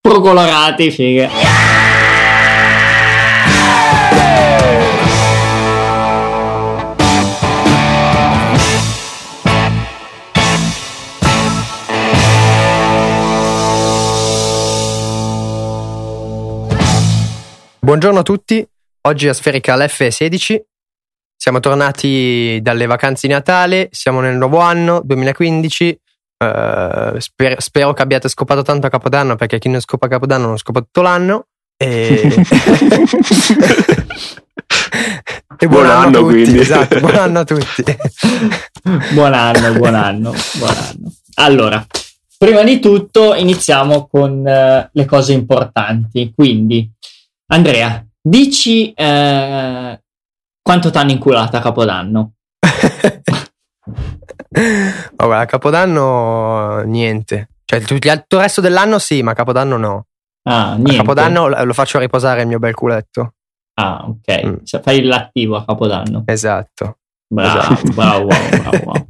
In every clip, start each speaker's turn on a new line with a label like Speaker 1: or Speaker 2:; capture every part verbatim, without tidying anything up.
Speaker 1: Procolorati, figa.
Speaker 2: Buongiorno a tutti, oggi a Spherical F sedici, siamo tornati dalle vacanze di Natale, siamo nel nuovo anno duemilaquindici, uh, sper- spero che abbiate scopato tanto a Capodanno, perché chi non scopa a Capodanno non scopa tutto l'anno. E, e buon, buon anno, anno a tutti, quindi. Esatto, buon anno a tutti.
Speaker 1: Buon anno, buon anno, buon anno. Allora, prima di tutto iniziamo con uh, le cose importanti, quindi Andrea, dici eh, quanto t'hanno inculato a Capodanno?
Speaker 2: Oh, a Capodanno niente, cioè tutto il resto dell'anno sì, ma a Capodanno no.
Speaker 1: Ah, niente.
Speaker 2: A Capodanno lo faccio riposare il mio bel culetto.
Speaker 1: Ah, ok, mm. Cioè, fai l'attivo a Capodanno.
Speaker 2: Esatto.
Speaker 1: Bravo,
Speaker 2: esatto.
Speaker 1: bravo, bravo, bravo.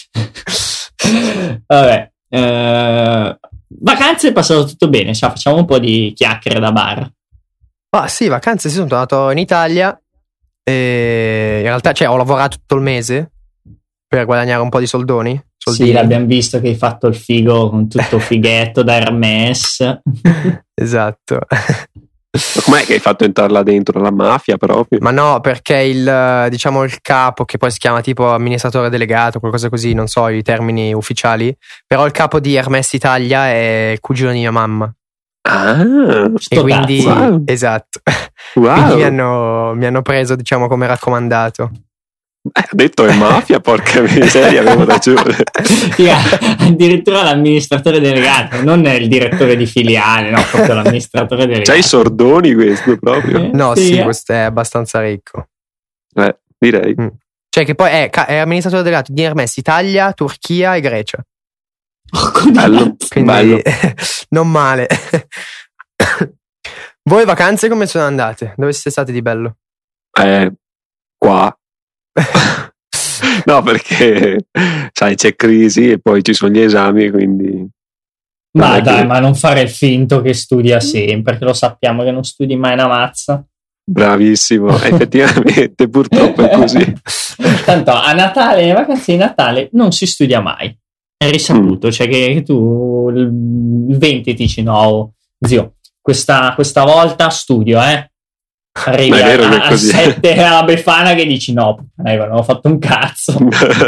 Speaker 1: Vabbè, eh, vacanze è passato tutto bene, cioè, facciamo un po' di chiacchiere da bar.
Speaker 2: Ah sì, vacanze, sì, sono tornato in Italia e in realtà cioè, ho lavorato tutto il mese per guadagnare un po' di soldoni. soldini.
Speaker 1: Sì, l'abbiamo visto che hai fatto il figo con tutto fighetto da Hermès.
Speaker 2: Esatto.
Speaker 3: Ma com'è che hai fatto entrare là dentro la mafia proprio?
Speaker 2: Ma no, perché il diciamo il capo, che poi si chiama tipo amministratore delegato, qualcosa così, non so i termini ufficiali, però il capo di Hermès Italia è il cugino di mia mamma.
Speaker 3: Ah,
Speaker 2: e quindi
Speaker 3: wow.
Speaker 2: Esatto.
Speaker 3: Wow.
Speaker 2: Quindi mi hanno, mi hanno preso diciamo come raccomandato.
Speaker 3: Eh, ha detto è mafia, porca miseria, avevo ragione.
Speaker 1: Yeah, addirittura l'amministratore delegato, non il direttore di filiale, no, proprio l'amministratore delegato.
Speaker 3: C'hai i sordoni questo proprio?
Speaker 1: Eh,
Speaker 2: no,
Speaker 1: sì,
Speaker 2: sì,
Speaker 1: eh.
Speaker 2: questo è abbastanza ricco.
Speaker 3: Eh, direi.
Speaker 2: Mm. Cioè che poi è, è amministratore delegato di Hermès Italia, Turchia e Grecia.
Speaker 1: Oh,
Speaker 3: bello,
Speaker 2: quindi
Speaker 3: bello.
Speaker 2: Non male. Voi vacanze come sono andate? Dove siete stati di bello?
Speaker 3: Eh, qua. No, perché sai c'è crisi e poi ci sono gli esami, quindi
Speaker 1: ma dai, che... ma non fare il finto che studia sempre, perché lo sappiamo che non studi mai una mazza.
Speaker 3: Bravissimo, effettivamente purtroppo è così.
Speaker 1: Tanto a Natale, le vacanze di Natale non si studia mai, è risaputo. Mm. Cioè che, che tu il venti ti dici no zio, questa, questa volta studio, eh arrivi a, a sette alla Befana che dici no, non ho fatto un cazzo.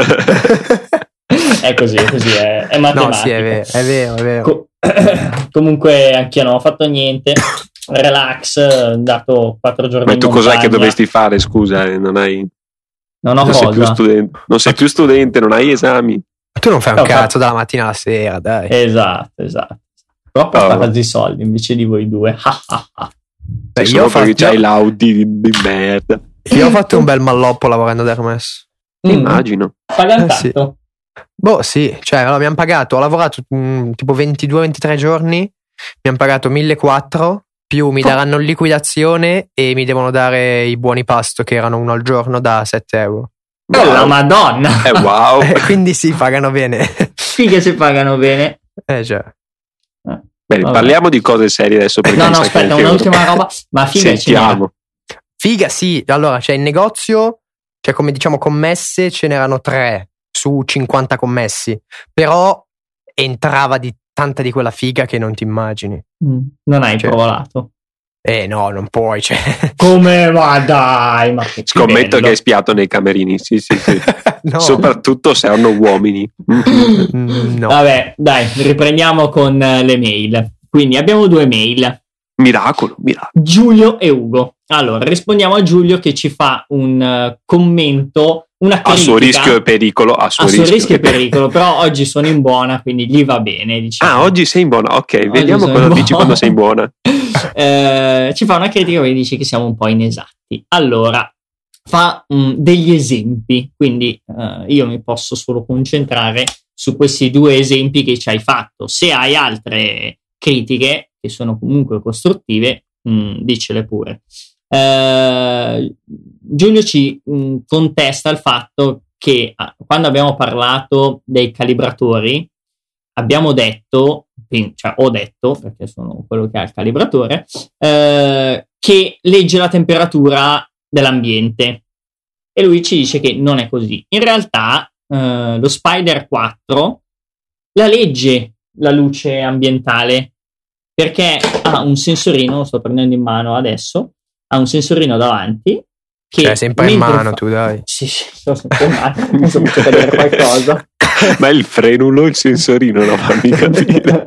Speaker 1: È così, è così, è, è matematica.
Speaker 2: No, sì, è vero, è vero, è vero.
Speaker 1: Co- comunque anch'io non ho fatto niente, relax, dato quattro giorni.
Speaker 3: Ma tu
Speaker 1: in
Speaker 3: cos'è
Speaker 1: montagna.
Speaker 3: Che dovresti fare, scusa, eh? non hai
Speaker 1: non ho
Speaker 3: non
Speaker 1: cosa
Speaker 3: sei più studente, non sei più studente, non hai esami.
Speaker 2: Tu non fai un
Speaker 1: no,
Speaker 2: cazzo
Speaker 1: fa...
Speaker 2: dalla mattina alla sera, dai.
Speaker 1: Esatto, esatto. Però ho oh. i soldi invece di voi due.
Speaker 3: Beh, io ho fatto... c'hai l'Audi di, di merda.
Speaker 2: Io ho fatto un bel malloppo lavorando ad Hermès.
Speaker 3: Mm. Immagino.
Speaker 1: Pagano
Speaker 2: eh, sì. Boh, sì, cioè allora, mi hanno pagato, ho lavorato mh, tipo ventidue ventitré giorni, mi hanno pagato millequattrocento, più mi daranno liquidazione e mi devono dare i buoni pasto che erano uno al giorno da sette euro.
Speaker 1: Oh wow. La madonna!
Speaker 3: Eh, wow!
Speaker 2: eh, quindi sì, pagano bene.
Speaker 1: Figa se pagano bene.
Speaker 2: Eh già.
Speaker 3: Eh. Bene, vabbè. Parliamo di cose serie adesso.
Speaker 1: No, no, aspetta, un'ultima roba. Ma figa
Speaker 3: Sentiamo.
Speaker 2: Figa, sì. Allora, c'è il negozio, cioè come diciamo commesse, ce n'erano tre su cinquanta commessi. Però entrava di tanta di quella figa che non ti immagini.
Speaker 1: Mm, non hai
Speaker 2: cioè,
Speaker 1: provato?
Speaker 2: Eh no, non puoi. Cioè.
Speaker 1: Come va, dai? Ma che
Speaker 3: Scommetto
Speaker 1: bello.
Speaker 3: che hai spiato nei camerini. Sì, sì, sì.
Speaker 2: No.
Speaker 3: Soprattutto se hanno uomini.
Speaker 2: No.
Speaker 1: Vabbè, dai, riprendiamo con le mail. Quindi abbiamo due mail.
Speaker 3: Miracolo, miracolo.
Speaker 1: Giulio e Ugo. Allora, rispondiamo a Giulio che ci fa un uh, commento, una critica.
Speaker 3: A suo rischio e pericolo. A suo,
Speaker 1: a suo
Speaker 3: rischio,
Speaker 1: rischio e pericolo, però oggi sono in buona, quindi gli va bene. Diciamo.
Speaker 3: Ah, oggi sei in buona. Ok, oggi vediamo cosa dici quando sei in buona.
Speaker 1: eh, ci fa una critica e dice che siamo un po' inesatti. Allora, fa um, degli esempi, quindi uh, io mi posso solo concentrare su questi due esempi che ci hai fatto. Se hai altre critiche, che sono comunque costruttive, mh, dicele pure. Eh, Giulio ci mh, contesta il fatto che ah, quando abbiamo parlato dei calibratori abbiamo detto, cioè ho detto, perché sono quello che ha il calibratore, eh, che legge la temperatura dell'ambiente, e lui ci dice che non è così. In realtà eh, lo Spider quattro la legge la luce ambientale, perché ha un sensorino, lo sto prendendo in mano adesso, ha un sensorino davanti che
Speaker 2: cioè sempre in mano
Speaker 1: fa...
Speaker 2: tu dai
Speaker 1: sì sì sto sempre in mano, non so se vedere qualcosa.
Speaker 3: Ma il frenulo, il sensorino, non fammi capire.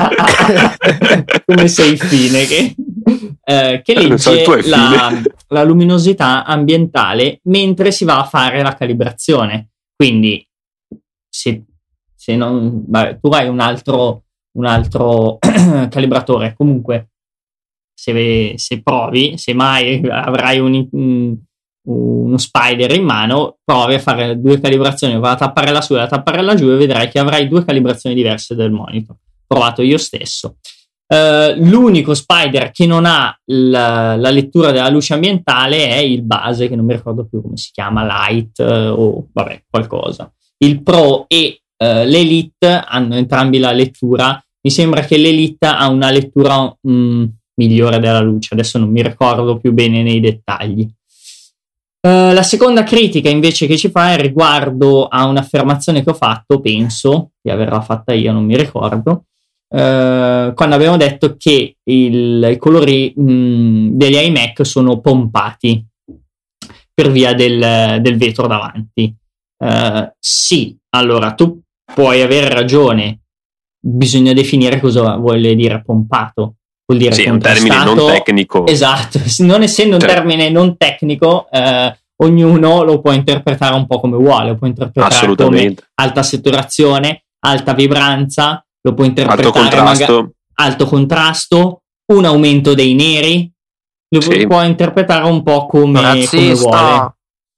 Speaker 1: Come sei fine che, eh, che legge
Speaker 3: so,
Speaker 1: la, la luminosità ambientale mentre si va a fare la calibrazione. Quindi se, se non vabbè, tu hai un altro un altro calibratore, comunque se, se provi, se mai avrai un, un uno Spider in mano, provi a fare due calibrazioni, va a tappare la su e a tappare la giù, e vedrai che avrai due calibrazioni diverse del monitor. Provato io stesso. Uh, l'unico Spider che non ha la, la lettura della luce ambientale è il base, che non mi ricordo più come si chiama, Light uh, o vabbè qualcosa. Il Pro e uh, l'Elite hanno entrambi la lettura. Mi sembra che l'Elite ha una lettura mm, migliore della luce, adesso non mi ricordo più bene nei dettagli. Uh, la seconda critica invece che ci fa è riguardo a un'affermazione che ho fatto, penso di averla fatta io, non mi ricordo, uh, quando abbiamo detto che il, i colori mh, degli iMac sono pompati per via del, del vetro davanti. Uh, sì, allora tu puoi avere ragione, bisogna definire cosa vuole dire pompato. Vuol dire
Speaker 3: sì, è un termine non tecnico.
Speaker 1: Esatto, non essendo
Speaker 3: cioè,
Speaker 1: un termine non tecnico, eh, ognuno lo può interpretare un po' come vuole, lo può interpretare come alta saturazione, alta vibranza, lo può interpretare
Speaker 3: alto contrasto,
Speaker 1: maga- alto contrasto, un aumento dei neri, lo
Speaker 3: sì.
Speaker 1: può interpretare un po' come, come vuole.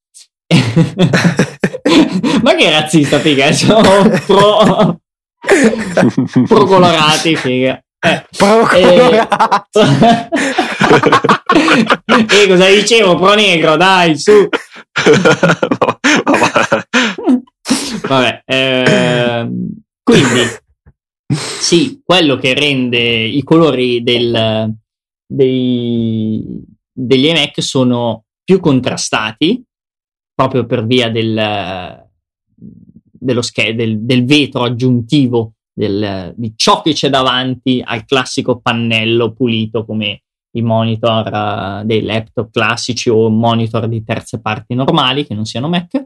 Speaker 1: Ma che razzista, figa, sono pro, pro colorati, figa. Eh, eh, e cosa dicevo? Pro negro, dai, su. Vabbè, eh, quindi sì, quello che rende i colori del, dei, degli iMac sono più contrastati proprio per via del, dello sch- del, del vetro aggiuntivo. Del, di ciò che c'è davanti al classico pannello pulito come i monitor uh, dei laptop classici o monitor di terze parti normali che non siano Mac.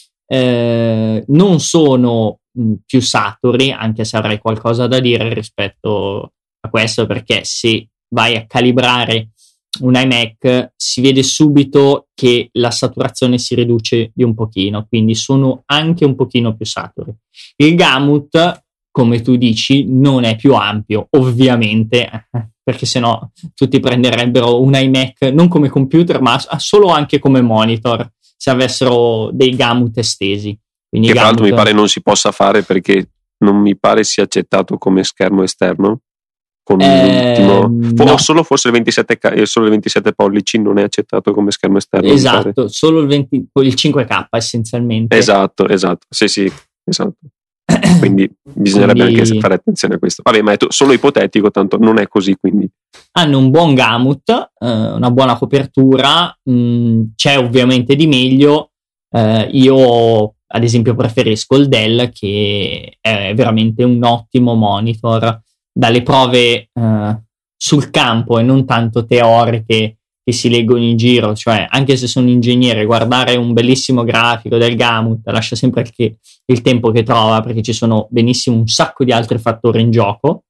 Speaker 1: Eh, non sono mh, più saturi, anche se avrei qualcosa da dire rispetto a questo, perché se vai a calibrare un iMac si vede subito che la saturazione si riduce di un pochino, quindi sono anche un pochino più saturi. Il gamut, come tu dici, non è più ampio, ovviamente, perché sennò tutti prenderebbero un iMac non come computer, ma solo anche come monitor, se avessero dei gamut estesi. Quindi
Speaker 3: che tra l'altro
Speaker 1: gamut...
Speaker 3: mi pare non si possa fare, perché non mi pare sia accettato come schermo esterno. Con
Speaker 1: eh,
Speaker 3: l'ultimo, no. Solo forse il ventisette, solo il ventisette pollici non è accettato come schermo esterno.
Speaker 1: Esatto, solo il, venti, il cinque K essenzialmente.
Speaker 3: Esatto, esatto, sì sì, esatto. Quindi bisognerebbe quindi... anche fare attenzione a questo. Vabbè, ma è t- solo ipotetico, tanto non è così, quindi
Speaker 1: hanno un buon gamut, eh, una buona copertura, mh, c'è ovviamente di meglio. Eh, io ad esempio preferisco il Dell, che è veramente un ottimo monitor. Dalle prove eh, sul campo e non tanto teoriche che si leggono in giro, cioè anche se sono ingegnere, guardare un bellissimo grafico del gamut lascia sempre il, il tempo che trova, perché ci sono benissimo un sacco di altri fattori in gioco.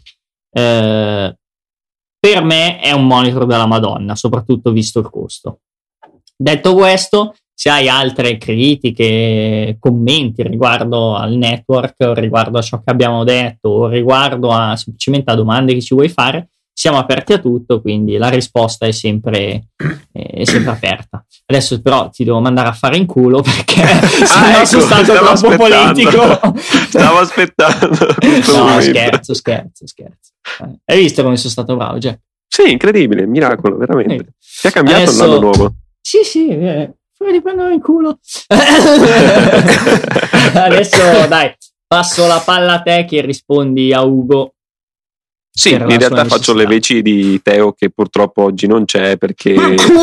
Speaker 1: Eh, per me è un monitor della Madonna, soprattutto visto il costo. Detto questo, se hai altre critiche, commenti riguardo al network, o riguardo a ciò che abbiamo detto, o riguardo a semplicemente a domande che ci vuoi fare, siamo aperti a tutto, quindi la risposta è sempre, è sempre aperta. Adesso però ti devo mandare a fare in culo, perché se no ecco, sono stato troppo aspettando. politico.
Speaker 3: Stavo aspettando.
Speaker 1: No, momento. scherzo, scherzo, scherzo. Hai visto come sono stato bravo, Jack?
Speaker 3: Sì, incredibile, miracolo, veramente. Eh. Ti ha cambiato
Speaker 1: Adesso...
Speaker 3: l'anno nuovo?
Speaker 1: Sì, sì, eh. Di prendere in culo. Adesso dai, passo la palla a te che rispondi a Ugo.
Speaker 3: Sì, in realtà faccio le veci di Teo che purtroppo oggi non c'è perché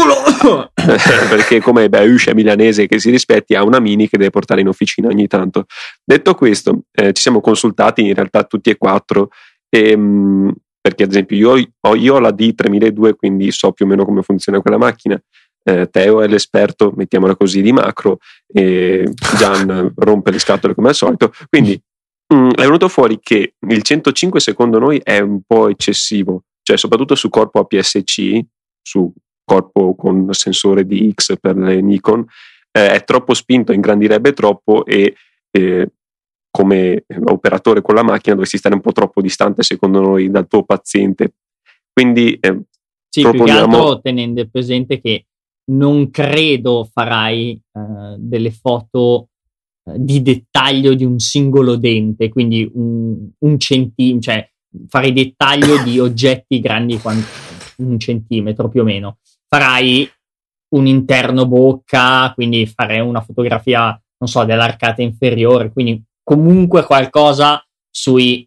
Speaker 3: perché come Beuscia milanese che si rispetti ha una Mini che deve portare in officina ogni tanto. Detto questo, eh, ci siamo consultati in realtà tutti e quattro e, mh, perché ad esempio io ho, io ho la D tremiladue, quindi so più o meno come funziona quella macchina. eh, Teo è l'esperto, mettiamola così, di macro, e Gian rompe le scatole come al solito, quindi Mm, è venuto fuori che il centocinque secondo noi è un po' eccessivo, cioè soprattutto su corpo A P S C, su corpo con sensore di X per le Nikon, eh, è troppo spinto, ingrandirebbe troppo e eh, come operatore con la macchina dovresti stare un po' troppo distante secondo noi dal tuo paziente, quindi eh,
Speaker 1: sì, proponiamo... più che altro tenendo presente che non credo farai eh, delle foto di dettaglio di un singolo dente, quindi un, un centimetro, cioè fare dettaglio di oggetti grandi quanto un centimetro più o meno. Farai un interno bocca, quindi farei una fotografia, non so, dell'arcata inferiore, quindi comunque qualcosa sui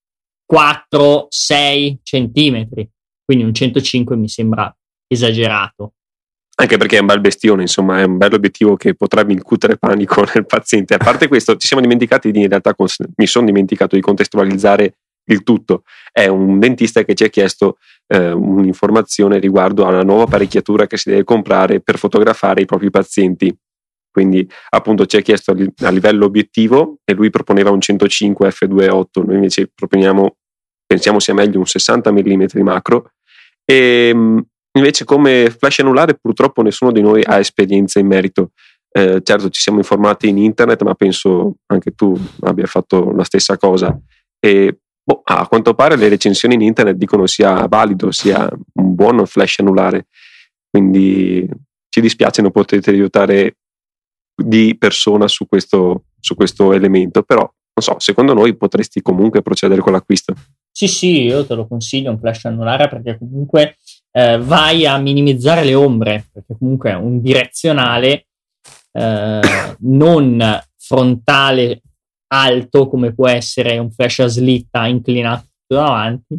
Speaker 1: quattro sei centimetri, quindi un centocinque mi sembra esagerato.
Speaker 3: Anche perché è un bel bestione, insomma, è un bel obiettivo che potrebbe incutere panico nel paziente. A parte questo, ci siamo dimenticati di, in realtà, mi sono dimenticato di contestualizzare il tutto. È un dentista che ci ha chiesto eh, un'informazione riguardo alla nuova apparecchiatura che si deve comprare per fotografare i propri pazienti. Quindi, appunto, ci ha chiesto a, li- a livello obiettivo e lui proponeva un centocinque effe due virgola otto. Noi invece proponiamo, pensiamo sia meglio un sessanta millimetri macro. E invece come flash anulare purtroppo nessuno di noi ha esperienza in merito. Eh, certo ci siamo informati in internet, ma penso anche tu abbia fatto la stessa cosa e boh, a quanto pare le recensioni in internet dicono sia valido, sia un buon flash anulare, quindi ci dispiace non potete aiutare di persona su questo, su questo elemento, però non so, secondo noi potresti comunque procedere con l'acquisto.
Speaker 1: Sì sì, io te lo consiglio un flash anulare perché comunque Eh, vai a minimizzare le ombre, perché comunque è un direzionale eh, non frontale alto come può essere un flash a slitta inclinato davanti,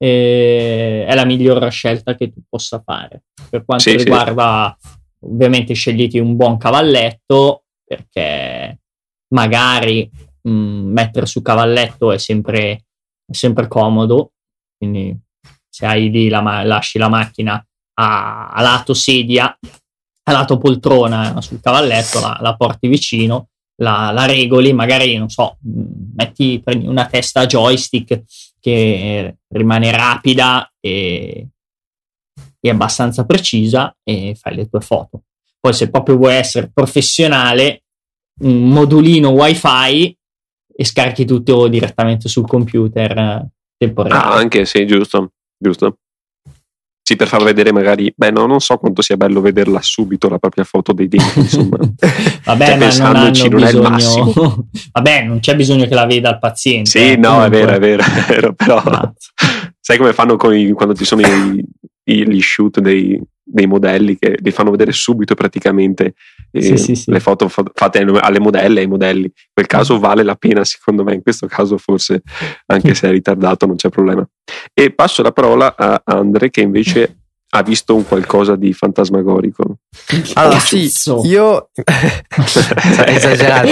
Speaker 1: eh, è la miglior scelta che tu possa fare. Per quanto sì, riguarda sì. Ovviamente scegliti un buon cavalletto, perché magari mh, mettere su cavalletto è sempre, è sempre comodo, quindi se hai lì la, lasci la macchina a, a lato sedia, a lato poltrona sul cavalletto, la, la porti vicino, la, la regoli, magari non so, metti prendi una testa joystick che rimane rapida e, e abbastanza precisa e fai le tue foto. Poi se proprio vuoi essere professionale, un modulino wifi e scarichi tutto direttamente sul computer temporaneo.
Speaker 3: Ah, anche sì, giusto. Giusto? Sì, per far vedere magari, beh, no, non so quanto sia bello vederla subito la propria foto dei denti, insomma.
Speaker 1: Vabbè,
Speaker 3: cioè,
Speaker 1: ma non hanno
Speaker 3: non
Speaker 1: bisogno...
Speaker 3: è il massimo.
Speaker 1: Vabbè, non c'è bisogno che la veda il paziente.
Speaker 3: Sì,
Speaker 1: eh,
Speaker 3: no,
Speaker 1: comunque.
Speaker 3: è vero, è vero, è vero, però no. Sai come fanno con i, quando ci sono i, i, gli shoot dei, dei modelli che li fanno vedere subito praticamente eh, sì, sì, sì. le foto fatte alle modelle, ai modelli. In quel caso vale la pena, secondo me, in questo caso forse, anche se è ritardato, non c'è problema. E passo la parola a Andre che invece ha visto un qualcosa di fantasmagorico.
Speaker 2: Allora sì, io esagerato.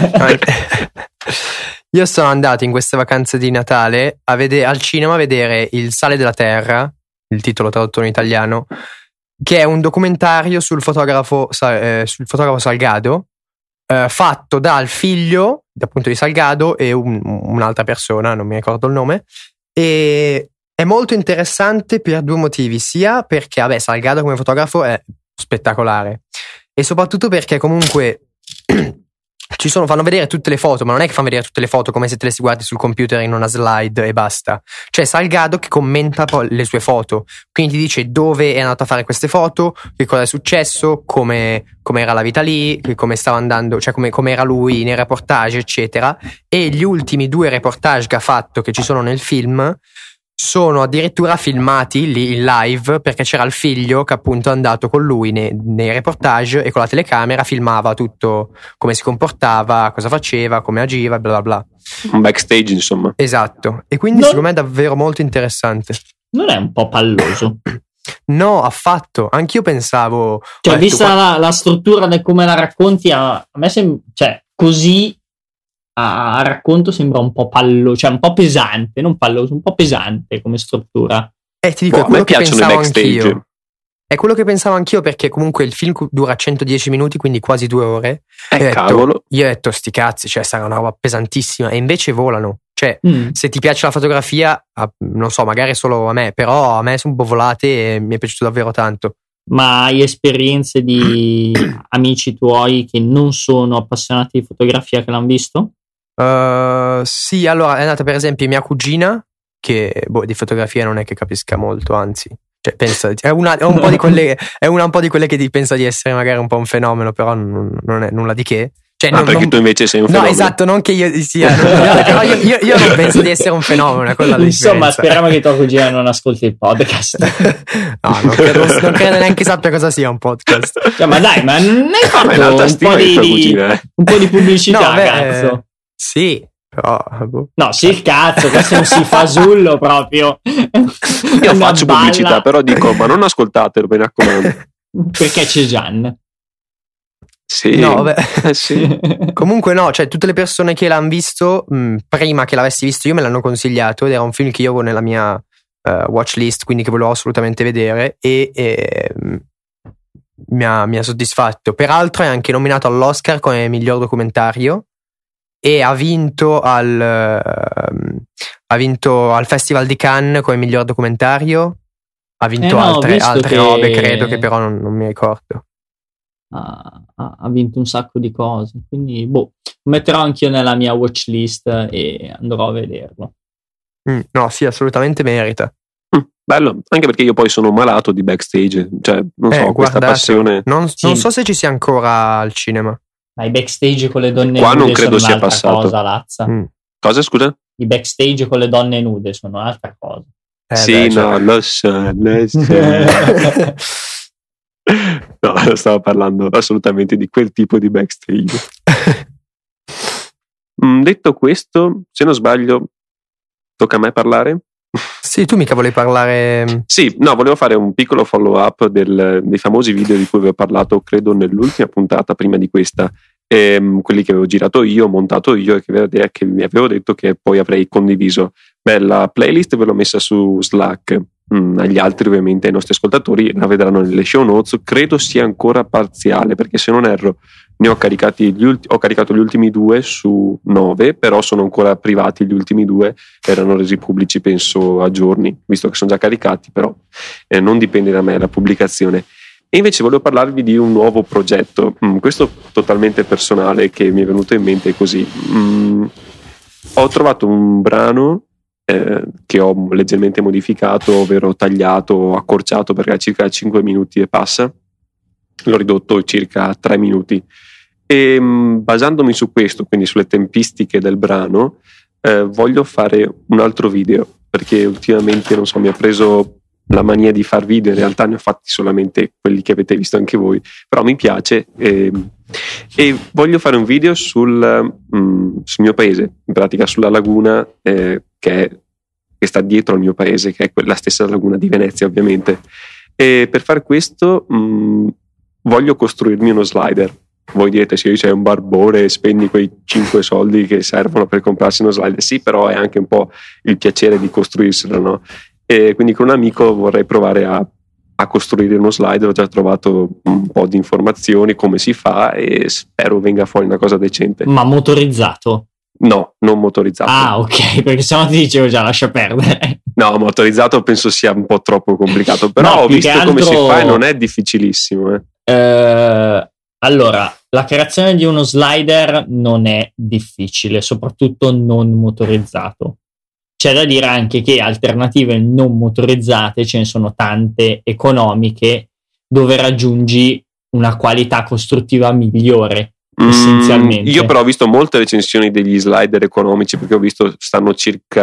Speaker 2: Io sono andato in queste vacanze di Natale a vedere, al cinema a vedere Il sale della terra, il titolo tradotto in italiano, che è un documentario sul fotografo, eh, sul fotografo Salgado, eh, fatto dal figlio appunto di Salgado e un, un'altra persona, non mi ricordo il nome, e è molto interessante per due motivi, sia perché vabbè Salgado come fotografo è spettacolare e soprattutto perché comunque ci sono, fanno vedere tutte le foto, ma non è che fanno vedere tutte le foto come se te le si guardi sul computer in una slide e basta. C'è Salgado che commenta poi le sue foto, quindi ti dice dove è andato a fare queste foto, che cosa è successo, come era la vita lì, come stava andando, cioè come era lui nei reportage, eccetera. E gli ultimi due reportage che ha fatto, che ci sono nel film, sono addirittura filmati lì in live, perché c'era il figlio che appunto è andato con lui nei, nei reportage e con la telecamera filmava tutto, come si comportava, cosa faceva, come agiva, bla bla bla.
Speaker 3: Un backstage, insomma.
Speaker 2: Esatto. E quindi
Speaker 1: non,
Speaker 2: secondo me è davvero molto interessante.
Speaker 1: Non è un po' palloso?
Speaker 2: No, affatto. Anch'io pensavo,
Speaker 1: cioè,
Speaker 2: detto,
Speaker 1: vista la, la struttura di come la racconti, a, a me sembra, cioè, così a, a racconto sembra un po' palloso, cioè un po' pesante, non palloso, un po' pesante come struttura.
Speaker 2: Eh, ti dico,
Speaker 3: boh,
Speaker 2: è quello
Speaker 3: a me
Speaker 2: che
Speaker 3: piacciono
Speaker 2: pensavo
Speaker 3: i backstage.
Speaker 2: anch'io. È quello che pensavo anch'io, perché comunque il film dura centodieci minuti, quindi quasi due ore.
Speaker 3: Eh,
Speaker 2: e ho
Speaker 3: cavolo.
Speaker 2: detto, io ho detto, sti cazzi, cioè sarà una roba pesantissima, e invece volano. Cioè,
Speaker 1: Mm.
Speaker 2: se ti piace la fotografia, non so, magari solo a me, però a me sono un po' volate e mi è piaciuto davvero tanto.
Speaker 1: Ma hai esperienze di amici tuoi che non sono appassionati di fotografia che l'hanno visto?
Speaker 2: Uh, sì, allora è andata per esempio mia cugina, che boh, di fotografia non è che capisca molto, anzi, cioè, pensa, è, una, è, un po di quelle, è una un po' di quelle che ti pensa di essere magari un po' un fenomeno, però non, non è nulla di che. Cioè,
Speaker 3: Ah,
Speaker 2: non,
Speaker 3: perché
Speaker 2: non,
Speaker 3: tu invece sei un
Speaker 2: no,
Speaker 3: fenomeno.
Speaker 2: esatto, non che io sia, non, però io, io, io non penso di essere un fenomeno, è quella la
Speaker 1: Insomma,
Speaker 2: differenza.
Speaker 1: speriamo che tua cugina non ascolti il podcast.
Speaker 2: No, non credo, non credo neanche sappia cosa sia un podcast.
Speaker 1: Cioè, ma dai, ma non hai
Speaker 3: Ah, ma in
Speaker 1: fatto
Speaker 3: alta
Speaker 1: un
Speaker 3: stima
Speaker 1: po'
Speaker 3: di
Speaker 1: di,
Speaker 3: tua
Speaker 1: di-
Speaker 3: cugina, eh.
Speaker 1: un po' di pubblicità,
Speaker 2: No, beh,
Speaker 1: cazzo?
Speaker 2: eh, sì, però boh.
Speaker 1: No, sì, il cazzo, questo è un sifasullo proprio.
Speaker 3: Io
Speaker 1: Una
Speaker 3: faccio
Speaker 1: balla.
Speaker 3: pubblicità, però dico, ma non ascoltatelo, mi raccomando.
Speaker 1: Perché c'è Gian.
Speaker 3: Sì,
Speaker 2: No, vabbè.
Speaker 3: eh, sì.
Speaker 2: Comunque no, cioè tutte le persone che l'hanno visto, mh, prima che l'avessi visto io, me l'hanno consigliato, ed era un film che io avevo nella mia uh, watch list, quindi che volevo assolutamente vedere, e, e mh, mi, ha, mi ha soddisfatto. Peraltro è anche nominato all'Oscar come miglior documentario, e ha vinto al uh, ha vinto al Festival di Cannes come miglior documentario, ha vinto
Speaker 1: Eh no, ho
Speaker 2: altre,
Speaker 1: visto
Speaker 2: altre
Speaker 1: che-
Speaker 2: robe, credo, che però non, non mi ricordo.
Speaker 1: ha, ha- ha vinto un sacco di cose, quindi boh, lo metterò anch'io nella mia watch list e andrò a vederlo.
Speaker 2: Mm, no, sì, assolutamente merita.
Speaker 3: Mm, bello, anche perché io poi sono malato di backstage, cioè non so,
Speaker 2: Eh,
Speaker 3: questa
Speaker 2: guardate,
Speaker 3: passione.
Speaker 2: Non,
Speaker 1: Sì.
Speaker 2: non so se ci sia ancora al cinema.
Speaker 1: Ma i backstage con le donne
Speaker 3: Qua
Speaker 1: nude
Speaker 3: non credo
Speaker 1: sono
Speaker 3: sia
Speaker 1: un'altra
Speaker 3: passato.
Speaker 1: cosa, Lazza.
Speaker 2: Mm.
Speaker 3: Cosa, scusa?
Speaker 1: I backstage con le donne nude sono un'altra cosa.
Speaker 2: Eh,
Speaker 3: sì,
Speaker 2: beh,
Speaker 3: no,
Speaker 2: cioè-
Speaker 3: lo so, lo so. No, stavo parlando assolutamente di quel tipo di backstage. Mm, detto questo, se non sbaglio, tocca a me parlare?
Speaker 2: Sì, tu mica volevi parlare.
Speaker 3: Sì, no, volevo fare un piccolo follow up del, dei famosi video di cui avevo parlato, credo nell'ultima puntata prima di questa, ehm, quelli che avevo girato io, montato io e che, avevo- che vi avevo detto che poi avrei condiviso. Beh, la playlist ve l'ho messa su Slack. Mm, agli altri, ovviamente, ai nostri ascoltatori la vedranno nelle show notes. Credo sia ancora parziale, perché se non erro ne ho caricati gli ulti- ho caricato gli ultimi due su nove, però sono ancora privati. Gli ultimi due erano resi pubblici penso a giorni, visto che sono già caricati, però eh, non dipende da me la pubblicazione. E invece volevo parlarvi di un nuovo progetto, mm, questo totalmente personale, che mi è venuto in mente così. Mm, ho trovato un brano eh, che ho leggermente modificato, ovvero tagliato, accorciato, perché era circa cinque minuti e passa, l'ho ridotto circa a tre minuti, e mh, basandomi su questo, quindi sulle tempistiche del brano, eh, voglio fare un altro video, perché ultimamente, non so, mi ha preso la mania di far video. In realtà ne ho fatti solamente quelli che avete visto anche voi, però mi piace, e, e voglio fare un video sul, mh, sul mio paese, in pratica sulla laguna eh, che, è, che sta dietro al mio paese, che è la stessa laguna di Venezia, ovviamente. E per fare questo mh, voglio costruirmi uno slider. Voi direte, sì, sei un barbone e spendi quei cinque soldi che servono per comprarsi uno slider. Sì, però è anche un po' il piacere di costruirselo, no? E quindi con un amico vorrei provare a, a costruire uno slider. Ho già trovato un po' di informazioni come si fa e spero venga fuori una cosa decente.
Speaker 1: Ma motorizzato?
Speaker 3: No, non motorizzato.
Speaker 1: Ah, ok, perché sennò ti dicevo già, lascia perdere.
Speaker 3: No, motorizzato penso sia un po' troppo complicato, però
Speaker 1: No,
Speaker 3: ho
Speaker 1: più
Speaker 3: visto
Speaker 1: che
Speaker 3: come si
Speaker 1: altro-
Speaker 3: fa e non è difficilissimo. Eh.
Speaker 1: Eh, allora, la creazione di uno slider non è difficile, soprattutto non motorizzato. C'è da dire anche che alternative non motorizzate ce ne sono tante, economiche, dove raggiungi una qualità costruttiva migliore, essenzialmente.
Speaker 3: Mm, io però ho visto molte recensioni degli slider economici, perché ho visto stanno circa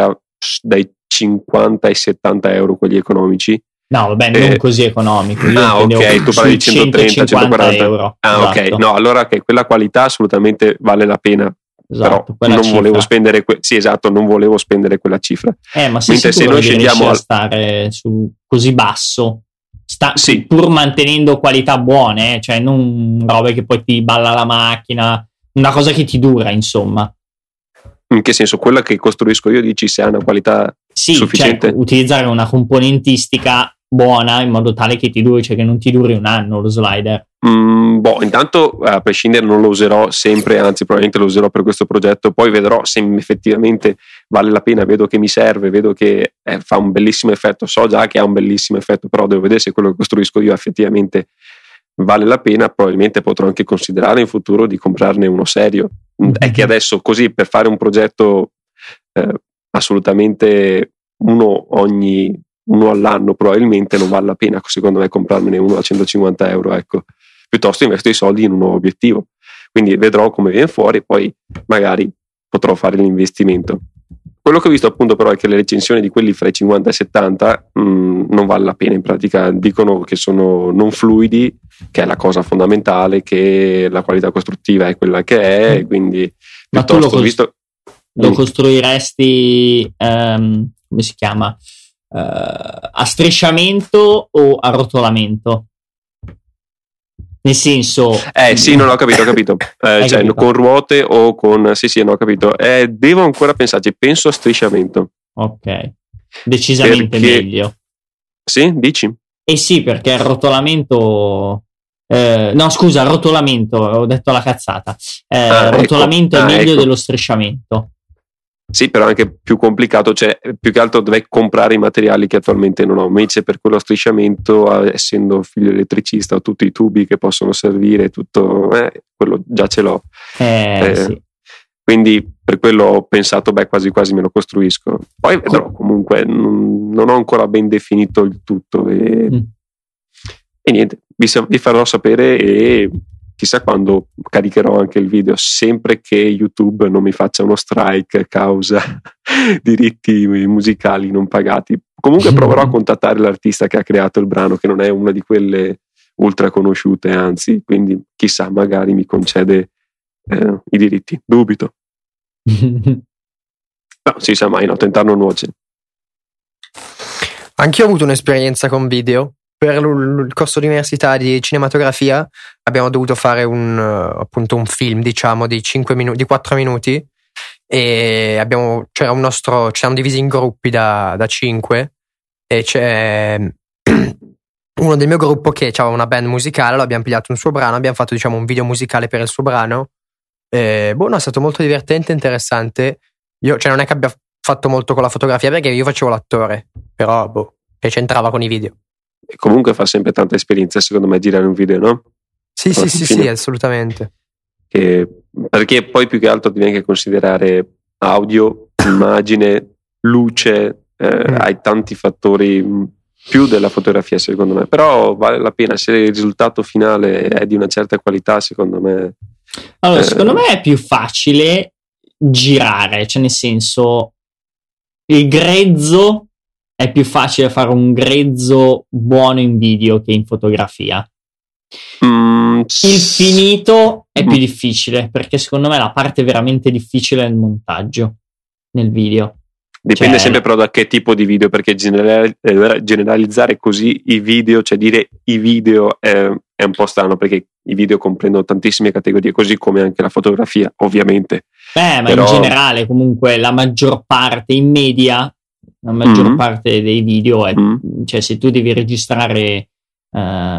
Speaker 3: dai cinquanta ai settanta euro quelli economici.
Speaker 1: No, vabbè, non eh, così economico. Io
Speaker 3: ah, ok, tu parli di centotrenta centoquaranta
Speaker 1: euro.
Speaker 3: Ah,
Speaker 1: esatto.
Speaker 3: ok. No, allora che quella qualità assolutamente vale la pena.
Speaker 1: Esatto,
Speaker 3: però non
Speaker 1: cifra.
Speaker 3: volevo spendere que- sì, esatto, non volevo spendere quella cifra.
Speaker 1: Eh, ma se,
Speaker 3: se noi scendiamo
Speaker 1: a stare su così basso, sta,
Speaker 3: sì.
Speaker 1: pur mantenendo qualità buone, eh, cioè non robe che poi ti balla la macchina, una cosa che ti dura, insomma.
Speaker 3: In che senso? Quella che costruisco io, dici, se ha una qualità
Speaker 1: sì,
Speaker 3: sufficiente?
Speaker 1: Cioè, utilizzare una componentistica buona in modo tale che ti duri, cioè che non ti duri un anno lo slider.
Speaker 3: Mm, boh, intanto a prescindere non lo userò sempre, anzi probabilmente lo userò per questo progetto, poi vedrò se effettivamente vale la pena, vedo che mi serve, vedo che eh, fa un bellissimo effetto, so già che ha un bellissimo effetto, però devo vedere se quello che costruisco io effettivamente vale la pena. Probabilmente potrò anche considerare in futuro di comprarne uno serio. Mm-hmm. È che adesso così per fare un progetto eh, assolutamente uno ogni uno all'anno probabilmente non vale la pena, secondo me, comprarmene uno a centocinquanta euro, ecco. Piuttosto investo i soldi in un nuovo obiettivo, quindi vedrò come viene fuori, poi magari potrò fare l'investimento. Quello che ho visto appunto però è che le recensioni di quelli fra i cinquanta e i settanta mh, non vale la pena, in pratica dicono che sono non fluidi, che è la cosa fondamentale, che la qualità costruttiva è quella che è, mm. quindi
Speaker 1: ma tu lo, cos-
Speaker 3: visto...
Speaker 1: lo costruiresti um, come si chiama? Uh, a strisciamento o a rotolamento? Nel senso,
Speaker 3: eh sì, non ho capito, ho capito. Eh, cioè, capito. Con ruote o con sì, sì, non ho capito. Eh, devo ancora pensarci. Penso a strisciamento.
Speaker 1: Ok, decisamente
Speaker 3: perché...
Speaker 1: meglio.
Speaker 3: Sì, dici?
Speaker 1: Eh sì, perché il rotolamento. Eh, no, scusa, rotolamento, ho detto la cazzata. Eh,
Speaker 3: ah,
Speaker 1: il rotolamento
Speaker 3: ecco.
Speaker 1: è meglio
Speaker 3: ah, ecco.
Speaker 1: dello strisciamento.
Speaker 3: Sì, però anche più complicato, cioè più che altro dovrei comprare i materiali che attualmente non ho, invece per quello strisciamento, essendo figlio elettricista, ho tutti i tubi che possono servire, tutto, eh, quello già ce l'ho.
Speaker 1: Eh, eh, sì.
Speaker 3: Quindi per quello ho pensato, beh, quasi quasi me lo costruisco. Poi vedrò, comunque non, non ho ancora ben definito il tutto e, mm. e niente, vi, vi farò sapere e chissà quando caricherò anche il video, sempre che YouTube non mi faccia uno strike causa diritti musicali non pagati. Comunque proverò a contattare l'artista che ha creato il brano, che non è una di quelle ultra conosciute, anzi, quindi chissà, magari mi concede eh, i diritti. Dubito. No, si sa mai, no, tentare non nuoce.
Speaker 2: Anch'io ho avuto un'esperienza con video. Per il corso di università di cinematografia abbiamo dovuto fare un appunto un film, diciamo, di cinque minuti, di quattro minuti, e abbiamo c'era un nostro ci siamo divisi in gruppi da, da cinque, e c'è uno del mio gruppo che aveva una band musicale, lo abbiamo pigliato un suo brano, abbiamo fatto, diciamo, un video musicale per il suo brano. E, boh, no, è stato molto divertente, interessante. Io, cioè, non è che abbia fatto molto con la fotografia, perché io facevo l'attore, però boh, che c'entrava con i video.
Speaker 3: E comunque fa sempre tanta esperienza, secondo me, girare un video, no?
Speaker 2: Sì, sì, sì, sì, assolutamente.
Speaker 3: Che, perché poi più che altro devi anche considerare audio, immagine, luce, eh, mm. hai tanti fattori più della fotografia, secondo me. Però vale la pena, se il risultato finale è di una certa qualità, secondo me.
Speaker 1: Allora, eh, secondo me è più facile girare, cioè nel senso, il grezzo. È più facile fare un grezzo buono in video che in fotografia.
Speaker 3: Mm,
Speaker 1: il finito è mm. più difficile, perché secondo me la parte veramente difficile è il montaggio nel video.
Speaker 3: Dipende
Speaker 1: cioè,
Speaker 3: sempre però da che tipo di video, perché general, eh, generalizzare così i video, cioè dire i video è, è un po' strano, perché i video comprendono tantissime categorie, così come anche la fotografia, ovviamente.
Speaker 1: Beh, ma però... in generale comunque la maggior parte, in media, la maggior mm-hmm. parte dei video è, mm-hmm. cioè se tu devi registrare, uh,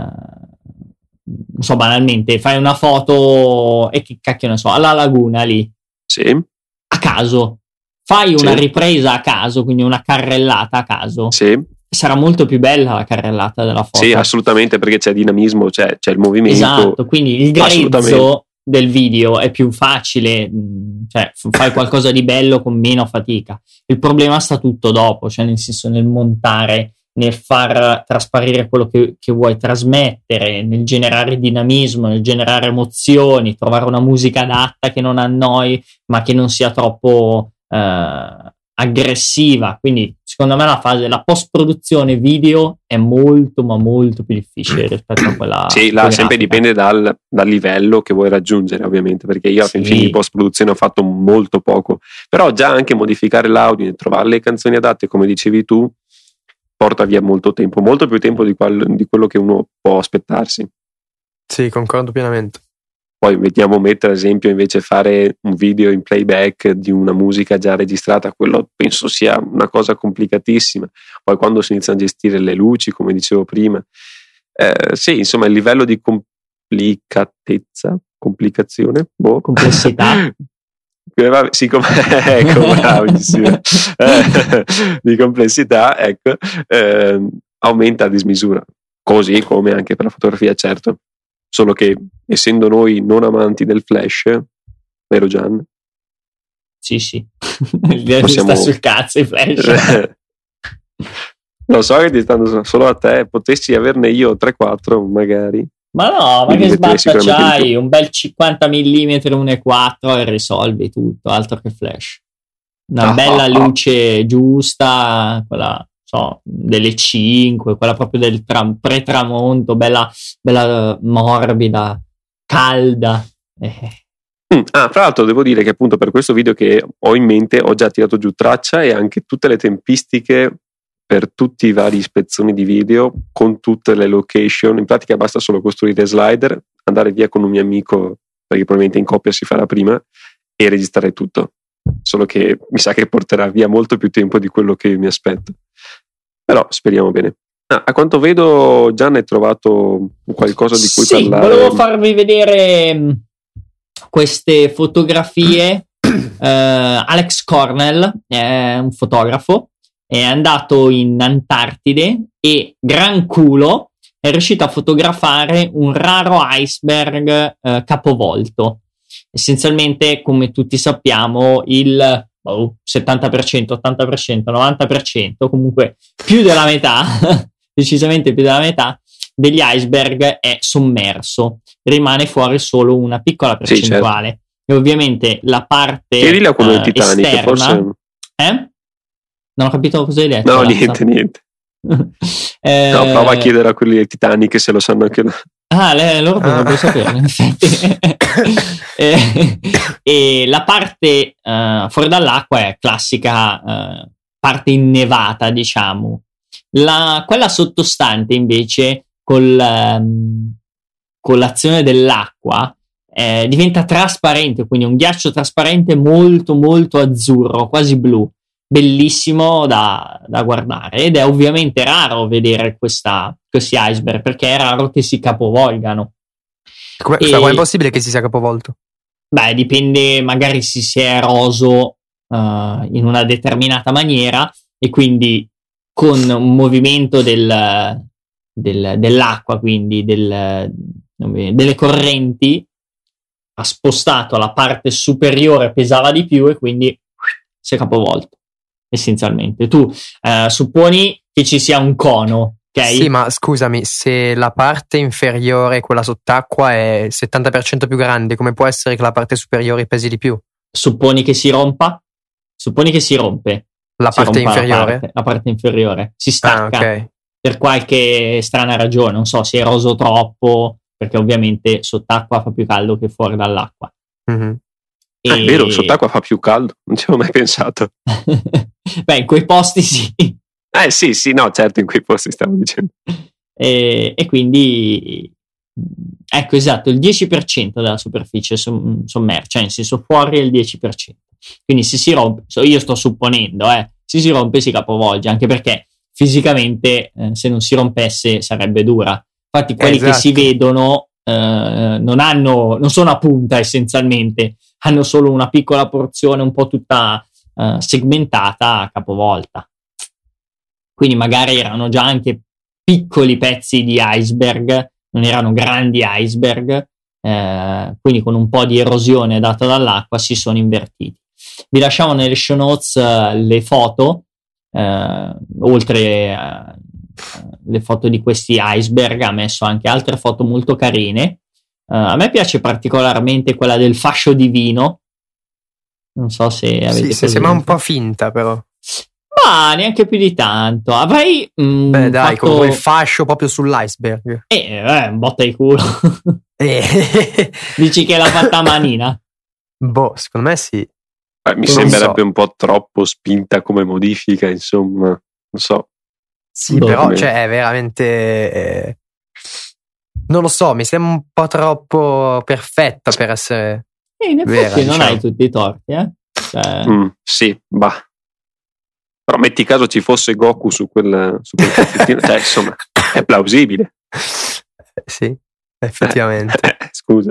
Speaker 1: non so, banalmente, fai una foto e che cacchio ne so, alla laguna lì,
Speaker 3: sì.
Speaker 1: a caso, fai una
Speaker 3: sì.
Speaker 1: ripresa a caso, quindi una carrellata a caso,
Speaker 3: sì.
Speaker 1: sarà molto più bella la carrellata della foto.
Speaker 3: Sì, assolutamente, perché c'è dinamismo, c'è, c'è il movimento.
Speaker 1: Esatto, quindi il grezzo del video è più facile, cioè fai qualcosa di bello con meno fatica. Il problema sta tutto dopo, cioè nel senso nel montare, nel far trasparire quello che, che vuoi trasmettere, nel generare dinamismo, nel generare emozioni, trovare una musica adatta che non annoi ma che non sia troppo eh, aggressiva, quindi secondo me la fase, la post-produzione video è molto ma molto più difficile rispetto a quella
Speaker 3: sì, là sempre dipende dal, dal livello che vuoi raggiungere, ovviamente, perché io sì. in film di post-produzione ho fatto molto poco, però già anche modificare l'audio e trovare le canzoni adatte, come dicevi tu, porta via molto tempo, molto più tempo di, qual, di quello che uno può aspettarsi.
Speaker 2: Sì, concordo pienamente.
Speaker 3: Poi vediamo mettere, ad esempio, invece fare un video in playback di una musica già registrata, quello penso sia una cosa complicatissima. Poi quando si iniziano a gestire le luci, come dicevo prima, eh, sì, insomma, il livello di complicatezza, complicazione, boh.
Speaker 1: complessità.
Speaker 3: Eh, sì, com- ecco, bravissimo. eh, di complessità, ecco, eh, aumenta a dismisura, così come anche per la fotografia, certo. Solo che essendo noi non amanti del flash, vero Gian?
Speaker 1: Sì, sì. Possiamo... sta sul cazzo i flash.
Speaker 3: Lo so che ti stanno solo a te, potessi averne io tre quattro magari.
Speaker 1: Ma no, ma che sbatta c'hai? Un bel cinquanta millimetri uno virgola quattro e risolvi tutto, altro che flash. Una ah, bella ah, luce giusta, quella... So, delle cinque, quella proprio del tra- pre-tramonto, bella, bella morbida, calda. Eh.
Speaker 3: Mm, ah, fra l'altro devo dire che appunto per questo video che ho in mente ho già tirato giù traccia e anche tutte le tempistiche per tutti i vari spezzoni di video con tutte le location. In pratica basta solo costruire slider, andare via con un mio amico, perché probabilmente in coppia si farà prima, e registrare tutto. Solo che mi sa che porterà via molto più tempo di quello che mi aspetto. Però speriamo bene. Ah, a quanto vedo Gian hai trovato qualcosa di cui
Speaker 1: sì,
Speaker 3: parlare.
Speaker 1: Volevo farvi vedere queste fotografie. uh, Alex Cornell è un fotografo, è andato in Antartide e gran culo è riuscito a fotografare un raro iceberg uh, capovolto. Essenzialmente, come tutti sappiamo, il oh, settanta per cento, ottanta per cento, novanta per cento, comunque più della metà, decisamente più della metà degli iceberg è sommerso, rimane fuori solo una piccola percentuale. Sì, certo. E ovviamente la parte
Speaker 3: Chiedila quello uh, del Titanic,
Speaker 1: esterna,
Speaker 3: forse...
Speaker 1: Eh? Non ho capito cosa hai detto.
Speaker 3: No, niente, niente. eh... No, prova a chiedere a quelli del Titanic se lo sanno anche loro.
Speaker 1: Ah, le, loro potrebbero ah. sapere, in effetti. e, e la parte uh, fuori dall'acqua è classica uh, parte innevata, diciamo. La, quella sottostante, invece, col, um, con l'azione dell'acqua, eh, diventa trasparente, quindi un ghiaccio trasparente molto, molto azzurro, quasi blu. Bellissimo da, da guardare, ed è ovviamente raro vedere questa, questi iceberg, perché è raro che si capovolgano.
Speaker 2: Come è possibile che si sia capovolto?
Speaker 1: Beh, dipende, magari si si è eroso uh, in una determinata maniera e quindi con un movimento del, del, dell'acqua, quindi del, delle correnti, ha spostato la parte superiore, pesava di più e quindi si è capovolto. Essenzialmente tu eh, supponi che ci sia un cono, ok?
Speaker 2: Sì, ma scusami, se la parte inferiore, quella sott'acqua, è settanta per cento più grande, come può essere che la parte superiore pesi di più?
Speaker 1: Supponi che si rompa? Supponi che si rompe
Speaker 2: la
Speaker 1: si
Speaker 2: parte inferiore?
Speaker 1: La parte, la parte inferiore si stacca,
Speaker 2: ah, okay.
Speaker 1: Per qualche strana ragione, non so, si è eroso troppo, perché ovviamente sott'acqua fa più caldo che fuori dall'acqua.
Speaker 2: Mm-hmm.
Speaker 1: E...
Speaker 3: Ah, è vero, sott'acqua fa più caldo, non ci avevo mai pensato.
Speaker 1: Beh, in quei posti sì.
Speaker 3: Eh sì, sì, no, certo, in quei posti stavo dicendo.
Speaker 1: E, e quindi, ecco, esatto, il dieci per cento della superficie som- sommersa, cioè in senso fuori è il dieci per cento. Quindi se si rompe, io sto supponendo, eh, se si rompe si capovolge, anche perché fisicamente eh, se non si rompesse sarebbe dura. Infatti quelli esatto. che si vedono eh, non hanno, non sono a punta essenzialmente, hanno solo una piccola porzione un po' tutta uh, segmentata a capovolta. Quindi magari erano già anche piccoli pezzi di iceberg, non erano grandi iceberg, eh, quindi con un po' di erosione data dall'acqua si sono invertiti. Vi lasciamo nelle show notes uh, le foto, uh, oltre uh, le foto di questi iceberg ha messo anche altre foto molto carine. Uh, a me piace particolarmente quella del fascio divino, Non so se avete
Speaker 2: Sì, se sembra un po' finta, però.
Speaker 1: Ma neanche più di tanto. Avrei. Mm,
Speaker 2: Beh, dai,
Speaker 1: fatto...
Speaker 2: con quel fascio proprio sull'iceberg.
Speaker 1: Eh, eh, botta di culo.
Speaker 2: Eh.
Speaker 1: Dici che l'ha fatta a manina?
Speaker 2: Boh, secondo me sì.
Speaker 3: Eh, mi
Speaker 2: Non
Speaker 3: sembrerebbe
Speaker 2: so.
Speaker 3: un po' troppo spinta come modifica, insomma, non so.
Speaker 2: Sì,
Speaker 1: Boh,
Speaker 2: però
Speaker 3: come-
Speaker 2: cioè, è veramente. eh, Non lo so, mi sembra un po' troppo perfetta per essere.
Speaker 1: Eh, in effetti
Speaker 2: Vera,
Speaker 1: non
Speaker 2: diciamo.
Speaker 1: hai tutti i torti, eh? Cioè,
Speaker 3: Mm, sì, bah. Però metti caso ci fosse Goku su quel, su quel pezzettino, cioè, insomma, è plausibile.
Speaker 2: Sì, effettivamente.
Speaker 3: Eh, scusa.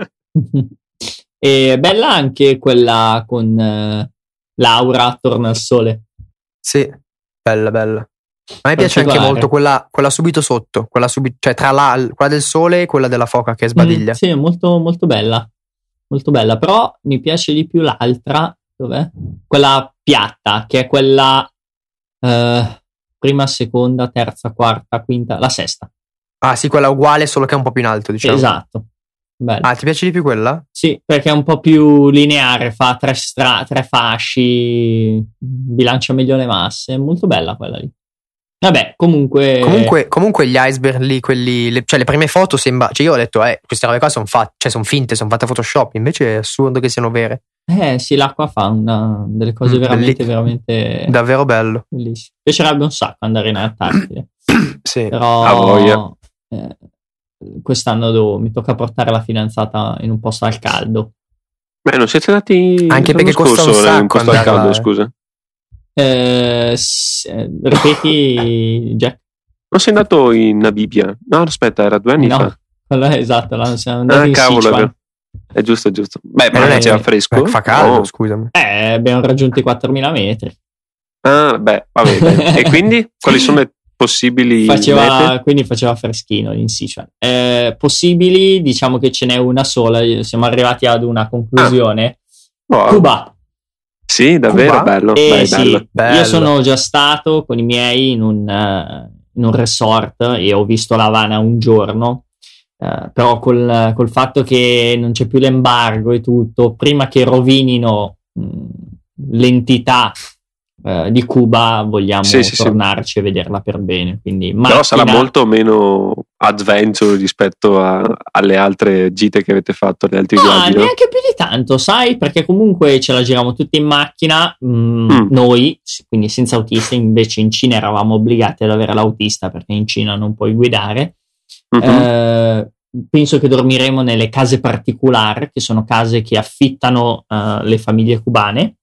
Speaker 1: E bella anche quella con eh, Laura attorno al sole.
Speaker 2: Sì, bella, bella. A me piace anche
Speaker 1: Particolare.
Speaker 2: molto quella, quella subito sotto, quella, subi- cioè tra la, quella del sole e quella della foca che sbadiglia.
Speaker 1: Mm, sì, molto, molto bella. Molto bella, però mi piace di più l'altra, dov'è? Quella piatta, che è quella eh, prima, seconda, terza, quarta, quinta, la sesta.
Speaker 2: Ah, sì, quella uguale, solo che è un po' più in alto, diciamo.
Speaker 1: Esatto. Bella.
Speaker 2: Ah, ti piace di più quella?
Speaker 1: Sì, perché è un po' più lineare, fa tre, stra- tre fasci, bilancia meglio le masse, è molto bella quella lì. Vabbè, comunque...
Speaker 2: Comunque, comunque gli iceberg lì, quelli, le, cioè le prime foto sembra, cioè io ho detto, eh, queste robe qua sono fatte, cioè sono finte, sono fatte a Photoshop, invece è assurdo che siano vere.
Speaker 1: Eh sì, l'acqua fa una, delle cose
Speaker 2: Mm,
Speaker 1: veramente,
Speaker 2: belli-
Speaker 1: veramente
Speaker 2: Davvero bello.
Speaker 1: bellissime. Mi piacerebbe un sacco andare in Antartide,
Speaker 2: Sì.
Speaker 1: però
Speaker 3: A voglia.
Speaker 1: eh, quest'anno devo- mi tocca portare la fidanzata in un posto al caldo.
Speaker 3: Beh, non siete andati
Speaker 2: Anche
Speaker 3: l'anno
Speaker 2: perché costa
Speaker 3: scorso,
Speaker 2: un
Speaker 3: era
Speaker 2: sacco
Speaker 3: posto al
Speaker 2: andare
Speaker 3: caldo,
Speaker 2: là, eh.
Speaker 3: scusa.
Speaker 1: Eh, s- eh, ripeti, Jack?
Speaker 3: Non sei andato in Namibia? No, aspetta, era due anni
Speaker 1: No,
Speaker 3: fa.
Speaker 1: quello è esatto, là, siamo andati
Speaker 3: Ah,
Speaker 1: in
Speaker 3: cavolo, è
Speaker 1: Sichuan.
Speaker 3: vero. È giusto, è giusto. Beh,
Speaker 2: Eh,
Speaker 3: ma
Speaker 2: non è-
Speaker 3: faceva fresco?
Speaker 2: Fa caldo,
Speaker 3: No.
Speaker 2: scusami.
Speaker 1: Eh, abbiamo raggiunto i quattromila metri.
Speaker 3: Ah, beh, va bene. E quindi quali sono le possibili
Speaker 1: Faceva,
Speaker 3: mete?
Speaker 1: quindi faceva freschino in Sichuan. Eh, possibili, diciamo che ce n'è una sola. Siamo arrivati ad una conclusione.
Speaker 3: Wow.
Speaker 1: Cuba.
Speaker 3: Sì, davvero
Speaker 2: Cuba?
Speaker 3: bello.
Speaker 1: Eh,
Speaker 3: Dai,
Speaker 1: sì,
Speaker 3: bello.
Speaker 2: Bello.
Speaker 1: io sono già stato con i miei in un, eh, in un resort e ho visto La Habana un giorno. Eh, però col, col fatto che non c'è più l'embargo e tutto, prima che rovinino mh, l'entità eh, di Cuba, vogliamo
Speaker 3: Sì, sì, sì.
Speaker 1: tornarci e vederla per bene. Quindi,
Speaker 3: Però sarà
Speaker 1: macchina-
Speaker 3: molto meno adventure rispetto a- alle altre gite che avete fatto, agli altri
Speaker 1: Ah,
Speaker 3: viaggi, no?
Speaker 1: neanche più di tanto, sai, perché comunque ce la giriamo tutti in macchina, mm,
Speaker 3: Mm.
Speaker 1: noi, quindi senza autisti. Invece in Cina eravamo obbligati ad avere l'autista perché in Cina non puoi guidare.
Speaker 3: Mhm.
Speaker 1: Eh, penso che dormiremo nelle case particolari, che sono case che affittano eh, le famiglie cubane.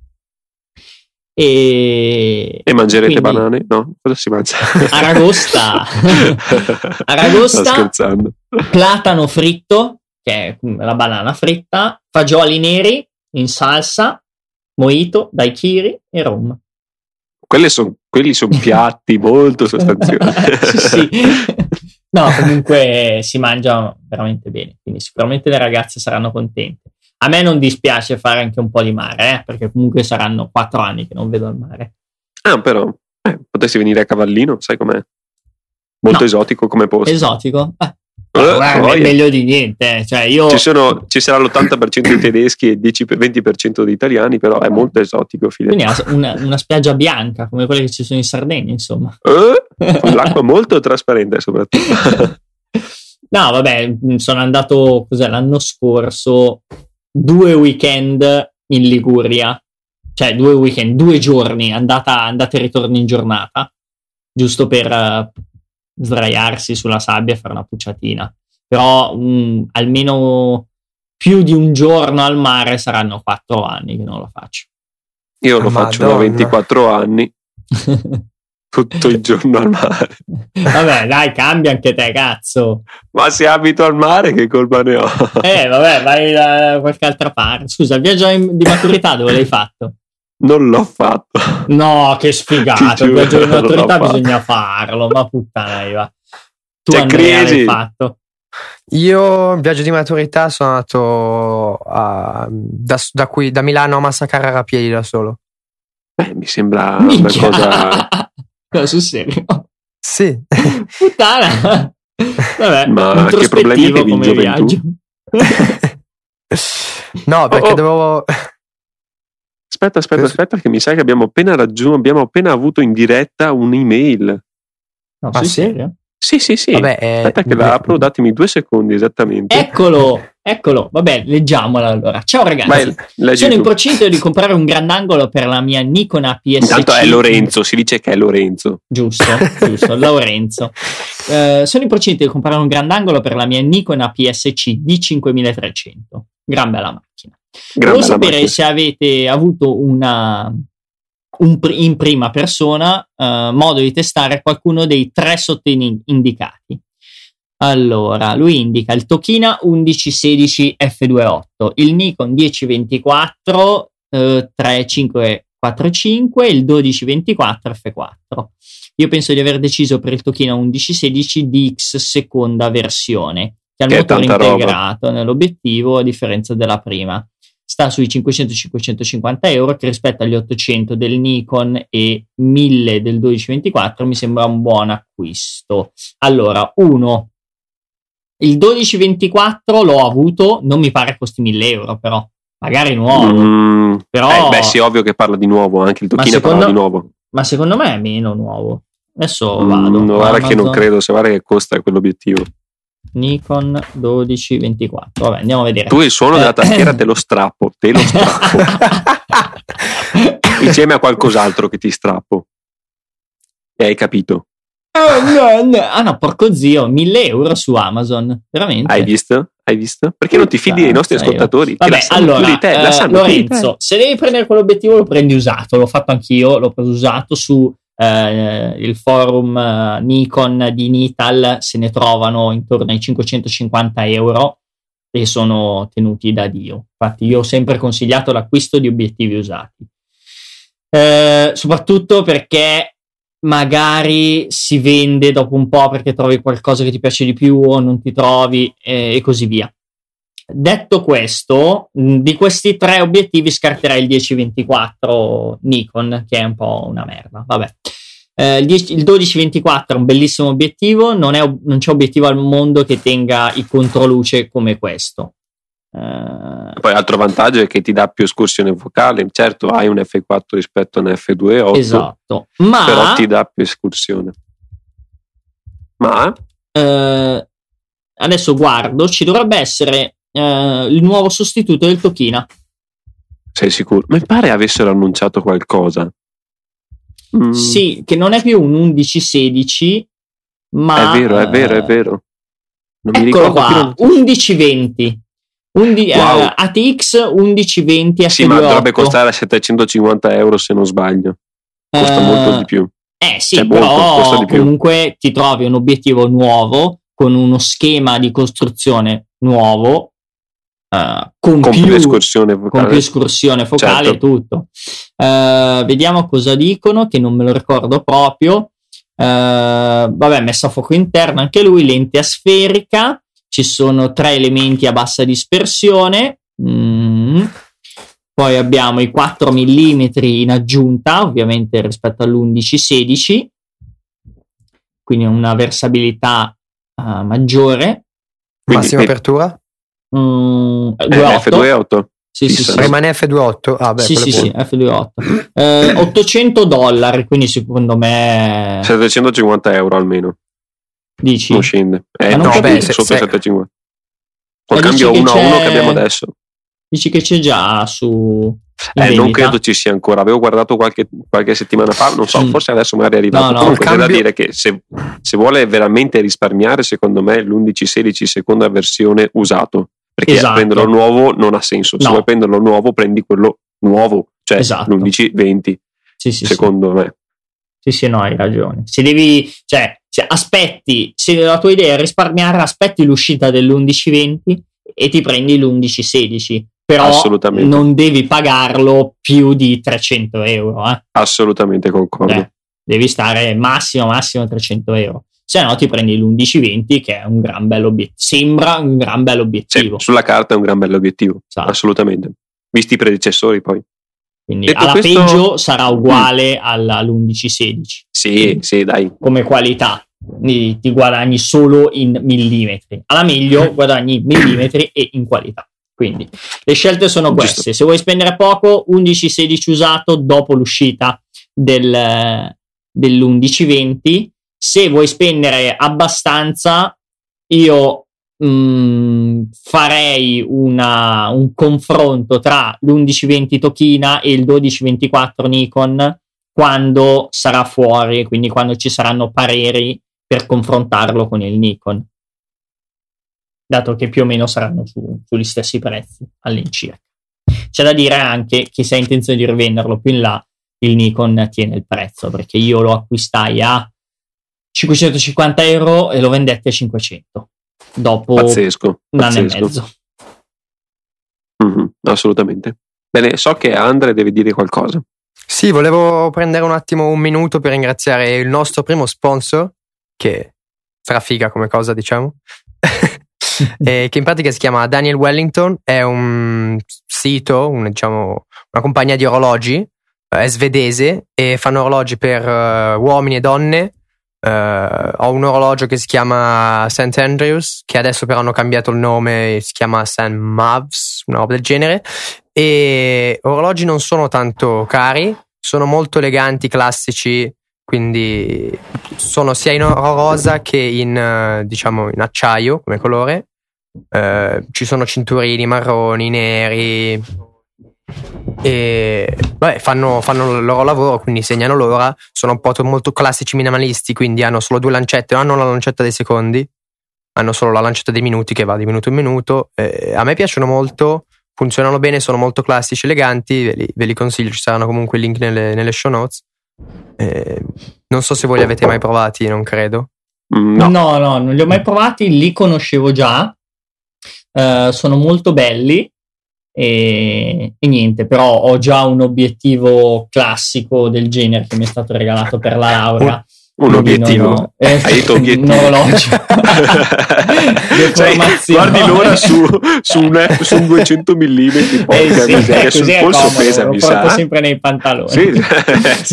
Speaker 1: E,
Speaker 3: E mangerete
Speaker 1: quindi-
Speaker 3: banane? No? Cosa si mangia?
Speaker 1: Aragosta. Aragosta.
Speaker 3: Sto scherzando.
Speaker 1: Platano fritto, che è la banana fritta, fagioli neri in salsa, mojito, daiquiri e rum.
Speaker 3: Quelle son- quelli sono piatti molto sostanziosi.
Speaker 1: Sì, sì. No, comunque si mangia veramente bene, quindi sicuramente le ragazze saranno contente. A me non dispiace fare anche un po' di mare, eh, perché comunque saranno quattro anni che non vedo il mare.
Speaker 3: Ah, però, eh, potessi venire a Cavallino, sai com'è? Molto
Speaker 1: No.
Speaker 3: esotico come posto.
Speaker 1: Esotico? Eh,
Speaker 3: Eh,
Speaker 1: guarda,
Speaker 3: voglia.
Speaker 1: meglio di niente. eh. Cioè, io...
Speaker 3: Ci, sono, ci sarà l'ottanta per cento di tedeschi e il dieci venti per cento di italiani, però è molto esotico, fine.
Speaker 1: Quindi è una, una spiaggia bianca, come quelle che ci sono in Sardegna, insomma.
Speaker 3: Eh, con l'acqua molto trasparente soprattutto.
Speaker 1: No, vabbè, sono andato, cos'è, l'anno scorso, due weekend in Liguria, cioè due weekend, due giorni, andata, andata e ritorno in giornata, giusto per eh, sdraiarsi sulla sabbia e fare una pucciatina. Però mh, almeno più di un giorno al mare saranno quattro anni che non lo faccio.
Speaker 3: Io lo
Speaker 2: Ah,
Speaker 3: faccio da
Speaker 2: Madonna.
Speaker 3: ventiquattro anni, tutto il giorno al mare.
Speaker 1: Vabbè, dai, cambia anche te, cazzo.
Speaker 3: Ma se abito al mare, che colpa ne ho?
Speaker 1: Eh, vabbè, vai da qualche altra parte. Scusa, il viaggio in- di maturità dove l'hai fatto?
Speaker 3: Non l'ho fatto.
Speaker 1: No, che sfigato,
Speaker 3: Ti
Speaker 1: il
Speaker 3: giuro,
Speaker 1: viaggio di
Speaker 3: non l'ho
Speaker 1: maturità
Speaker 3: fatto.
Speaker 1: bisogna farlo, ma puttana va. Tu
Speaker 3: C'è
Speaker 1: Andrea
Speaker 3: crisi.
Speaker 1: l'hai fatto?
Speaker 2: Io in viaggio di maturità sono andato a, da, da, qui, da Milano a Massa Carrara a piedi da solo.
Speaker 3: Beh, mi sembra una
Speaker 1: Minchia.
Speaker 3: cosa...
Speaker 1: No, sul serio?
Speaker 2: Sì.
Speaker 1: Puttana. Vabbè,
Speaker 3: Ma che problemi
Speaker 1: introspettivo
Speaker 3: avevi in
Speaker 1: come
Speaker 3: gioventù?
Speaker 1: viaggio.
Speaker 2: No, perché
Speaker 3: Oh, oh.
Speaker 2: dovevo
Speaker 3: Aspetta, aspetta, aspetta, che mi sa che abbiamo appena raggiunto, abbiamo appena avuto in diretta un'email.
Speaker 1: No,
Speaker 2: Ah,
Speaker 1: sul
Speaker 2: sì?
Speaker 1: serio?
Speaker 3: Sì, sì, sì.
Speaker 2: Vabbè, eh,
Speaker 3: aspetta che la apro, datemi due secondi esattamente.
Speaker 1: Eccolo, eccolo. Vabbè, leggiamola allora. Ciao ragazzi.
Speaker 3: Vai, leggi
Speaker 1: Sono in
Speaker 3: tu.
Speaker 1: procinto di comprare un grandangolo per la mia Nikon A P S C.
Speaker 3: Intanto è Lorenzo, si dice che è Lorenzo.
Speaker 1: Giusto, giusto, Lorenzo. Eh, sono in procinto di comprare un grandangolo per la mia Nikon A P S C D cinquemilatrecento. Gran bella macchina.
Speaker 3: Gran
Speaker 1: Volevo
Speaker 3: bella
Speaker 1: sapere
Speaker 3: macchina.
Speaker 1: se avete avuto una un pr- in prima persona eh, modo di testare qualcuno dei tre sottoindicati. Allora, lui indica il Tokina undici sedici F due punto otto, il Nikon dieci ventiquattro eh, tre cinque quattro cinque e il dodici ventiquattro F quattro. Io penso di aver deciso per il Tokina undici sedici D X seconda versione, che ha il
Speaker 3: Che è
Speaker 1: motore
Speaker 3: tanta roba.
Speaker 1: integrato nell'obiettivo a differenza della prima. Sta sui cinquecento cinquecentocinquanta euro, che rispetto agli ottocento del Nikon e mille del dodici ventiquattro mi sembra un buon acquisto. Allora, uno, il dodici ventiquattro l'ho avuto, non mi pare costi mille euro, però magari nuovo.
Speaker 3: Mm,
Speaker 1: Però,
Speaker 3: eh, beh, sì, ovvio che parla di nuovo, anche il
Speaker 1: Ma
Speaker 3: Tokina
Speaker 1: secondo-
Speaker 3: parla di nuovo.
Speaker 1: ma secondo me è meno nuovo. Adesso
Speaker 3: Mm,
Speaker 1: vado.
Speaker 3: guarda che non
Speaker 1: Amazon,
Speaker 3: credo, se guarda che costa quell'obiettivo.
Speaker 1: Nikon dodici ventiquattro. Vabbè, andiamo a vedere.
Speaker 3: Tu il suono della
Speaker 1: Eh.
Speaker 3: tastiera te lo strappo, te lo strappo. Insieme a qualcos'altro che ti strappo. E hai capito?
Speaker 1: Oh, no, no. Ah no, porco zio, mille euro su Amazon, veramente.
Speaker 3: Hai visto? Hai visto? Perché non ti fidi dei nostri
Speaker 1: Cazzo, io.
Speaker 3: ascoltatori? Che
Speaker 1: Vabbè,
Speaker 3: la sanno
Speaker 1: allora,
Speaker 3: più di te, la
Speaker 1: eh,
Speaker 3: sanno più di te.
Speaker 1: Lorenzo, se devi prendere quell'obiettivo lo prendi usato, l'ho fatto anch'io, l'ho preso usato su eh, il forum eh, Nikon di Nital, se ne trovano intorno ai cinquecentocinquanta euro e sono tenuti da Dio. Infatti io ho sempre consigliato l'acquisto di obiettivi usati, eh, soprattutto perché magari si vende dopo un po' perché trovi qualcosa che ti piace di più o non ti trovi eh, e così via. Detto questo, mh, di questi tre obiettivi scarterei il dieci ventiquattro Nikon, che è un po' una merda. Vabbè. Eh, il, dieci il dodici ventiquattro è un bellissimo obiettivo, non, è, non c'è obiettivo al mondo che tenga i controluce come questo. Eh,
Speaker 3: Poi altro vantaggio è che ti dà più escursione focale. Certo, hai un F quattro rispetto a un F due punto otto,
Speaker 1: esatto, ma
Speaker 3: però ti dà più escursione. Ma
Speaker 1: eh, adesso guardo, ci dovrebbe essere eh, il nuovo sostituto del Tokina.
Speaker 3: sei sicuro? Mi pare avessero annunciato qualcosa. Mm,
Speaker 1: Sì, che non è più un undici sedici, ma
Speaker 3: è vero, è vero, è
Speaker 1: eh,
Speaker 3: vero. Non mi
Speaker 1: Eccolo
Speaker 3: ricordo più.
Speaker 1: qua,
Speaker 3: non-
Speaker 1: undici venti. Undi-
Speaker 3: Wow.
Speaker 1: eh, A T X undici venti F
Speaker 3: Sì,
Speaker 1: due
Speaker 3: ma
Speaker 1: punto otto.
Speaker 3: dovrebbe costare settecentocinquanta euro se non sbaglio. Costa
Speaker 1: Eh,
Speaker 3: molto di più.
Speaker 1: Eh sì,
Speaker 3: Cioè, molto, costa
Speaker 1: però
Speaker 3: di più.
Speaker 1: comunque ti trovi un obiettivo nuovo con uno schema di costruzione nuovo, eh, con,
Speaker 3: Con più
Speaker 1: più,
Speaker 3: escursione
Speaker 1: con
Speaker 3: focale.
Speaker 1: più escursione focale
Speaker 3: Certo.
Speaker 1: e tutto. Eh, vediamo cosa dicono, che non me lo ricordo proprio. Eh, vabbè, messa a fuoco interna anche lui, lente asferica, ci sono tre elementi a bassa dispersione. Mm. Poi abbiamo i quattro millimetri in aggiunta, ovviamente rispetto all'undici sedici, quindi una versabilità uh, maggiore.
Speaker 3: Quindi,
Speaker 2: Massima
Speaker 3: eh,
Speaker 2: apertura?
Speaker 1: Mm,
Speaker 3: eh,
Speaker 1: due virgola otto.
Speaker 3: F due punto otto.
Speaker 1: Sì, sì,
Speaker 3: Fissa.
Speaker 1: sì.
Speaker 2: Rimane F due punto otto? Ah, beh,
Speaker 1: Sì,
Speaker 2: quello
Speaker 1: sì,
Speaker 2: è
Speaker 1: sì,
Speaker 2: buono.
Speaker 1: F due virgola otto. Eh, ottocento dollari, quindi secondo me
Speaker 3: settecentocinquanta euro almeno.
Speaker 1: dici?
Speaker 3: Non scende. Eh,
Speaker 1: Ma non
Speaker 3: no,
Speaker 1: capisco.
Speaker 3: beh, sotto
Speaker 2: Se-
Speaker 3: settecentocinquanta. Col
Speaker 1: Ma
Speaker 3: cambio
Speaker 1: dici che
Speaker 3: uno a uno
Speaker 1: c'è-
Speaker 3: che abbiamo adesso.
Speaker 1: Dici che c'è già su in
Speaker 3: Eh, non
Speaker 1: vendita?
Speaker 3: credo ci sia ancora. Avevo guardato qualche, qualche settimana fa, non so,
Speaker 1: Mm.
Speaker 3: forse adesso magari è arrivato.
Speaker 1: No, no,
Speaker 3: Comunque
Speaker 2: il
Speaker 3: c'è da
Speaker 2: cambio-
Speaker 3: dire che se, se vuole veramente risparmiare, secondo me l'undici sedici seconda versione usato. Perché
Speaker 1: Esatto.
Speaker 3: prenderlo nuovo non ha senso. Se
Speaker 1: No.
Speaker 3: vuoi prenderlo nuovo, prendi quello nuovo, cioè
Speaker 1: Esatto.
Speaker 3: l'undici venti,
Speaker 1: Sì, sì, sì.
Speaker 3: secondo me.
Speaker 1: Sì, sì, no, hai ragione. Se devi, cioè, se aspetti, se la tua idea è risparmiare, aspetti l'uscita dell'undici venti e ti prendi l'undici sedici. Però
Speaker 3: Assolutamente.
Speaker 1: non devi pagarlo più di trecento euro. Eh.
Speaker 3: Assolutamente concordo.
Speaker 1: Eh, devi stare massimo, massimo trecento euro. Se no ti prendi l'undici venti, che è un gran bel obiettivo. Sembra un gran bel
Speaker 3: Sì,
Speaker 1: obiettivo.
Speaker 3: sulla carta è un gran bell'obiettivo,
Speaker 1: Esatto.
Speaker 3: assolutamente. Visti i predecessori poi.
Speaker 1: Quindi
Speaker 3: detto
Speaker 1: alla
Speaker 3: questo-
Speaker 1: peggio sarà uguale alla- all'undici sedici.
Speaker 3: Sì, sì, dai.
Speaker 1: Come qualità. Quindi ti guadagni solo in millimetri. Alla meglio guadagni in millimetri e in qualità. Quindi le scelte sono queste.
Speaker 3: Giusto.
Speaker 1: Se vuoi spendere poco, undici sedici usato dopo l'uscita del, dell'undici venti. Se vuoi spendere abbastanza, io mh, farei una, un confronto tra l'undici venti Tokina e il dodici ventiquattro Nikon quando sarà fuori, quindi quando ci saranno pareri per confrontarlo con il Nikon, dato che più o meno saranno su, sugli stessi prezzi all'incirca. C'è da dire anche che se hai intenzione di rivenderlo più in là, il Nikon tiene il prezzo, perché io lo acquistai a cinquecentocinquanta euro e lo vendetti a cinquecento dopo
Speaker 3: pazzesco,
Speaker 1: un anno
Speaker 3: pazzesco.
Speaker 1: e mezzo.
Speaker 3: Mm-hmm, assolutamente. Bene, so che Andre deve dire qualcosa.
Speaker 2: Sì, volevo prendere un attimo un minuto per ringraziare il nostro primo sponsor, che trafiga come cosa, diciamo, e che in pratica si chiama Daniel Wellington. È un sito, un, diciamo, una compagnia di orologi, è svedese e fanno orologi per uh, uomini e donne. Uh, ho un orologio che si chiama Saint Andrews, che adesso però hanno cambiato il nome, si chiama Saint Mavs, una roba del genere. E orologi non sono tanto cari, sono molto eleganti, classici, quindi sono sia in oro rosa che in uh, diciamo in acciaio come colore. Uh, ci sono cinturini marroni, neri, e beh, fanno, fanno il loro lavoro, quindi segnano l'ora. Sono un po' molto classici minimalisti, quindi hanno solo due lancette, non hanno la lancetta dei secondi, hanno solo la lancetta dei minuti che va di minuto in minuto. Eh, a me piacciono molto, funzionano bene, sono molto classici, eleganti, ve li, ve li consiglio, ci saranno comunque il link nelle, nelle show notes. Eh, non so se voi li avete mai provati, non credo.
Speaker 3: No.
Speaker 1: no, no, non li ho mai provati, li conoscevo già, uh, sono molto belli. E, e niente, però ho già un obiettivo classico del genere che mi è stato regalato per la laurea.
Speaker 3: Un obiettivo?
Speaker 1: Non ho, eh,
Speaker 3: Hai detto obiettivo?
Speaker 1: Un orologio.
Speaker 3: Cioè, guardi l'ora su, su, un, su un duecento millimetri,
Speaker 1: eh sì,
Speaker 3: miseria, sul polso
Speaker 1: comodo,
Speaker 3: pesa,
Speaker 1: lo
Speaker 3: mi
Speaker 1: porto
Speaker 3: sa.
Speaker 1: sempre nei pantaloni.
Speaker 3: Sì, sì.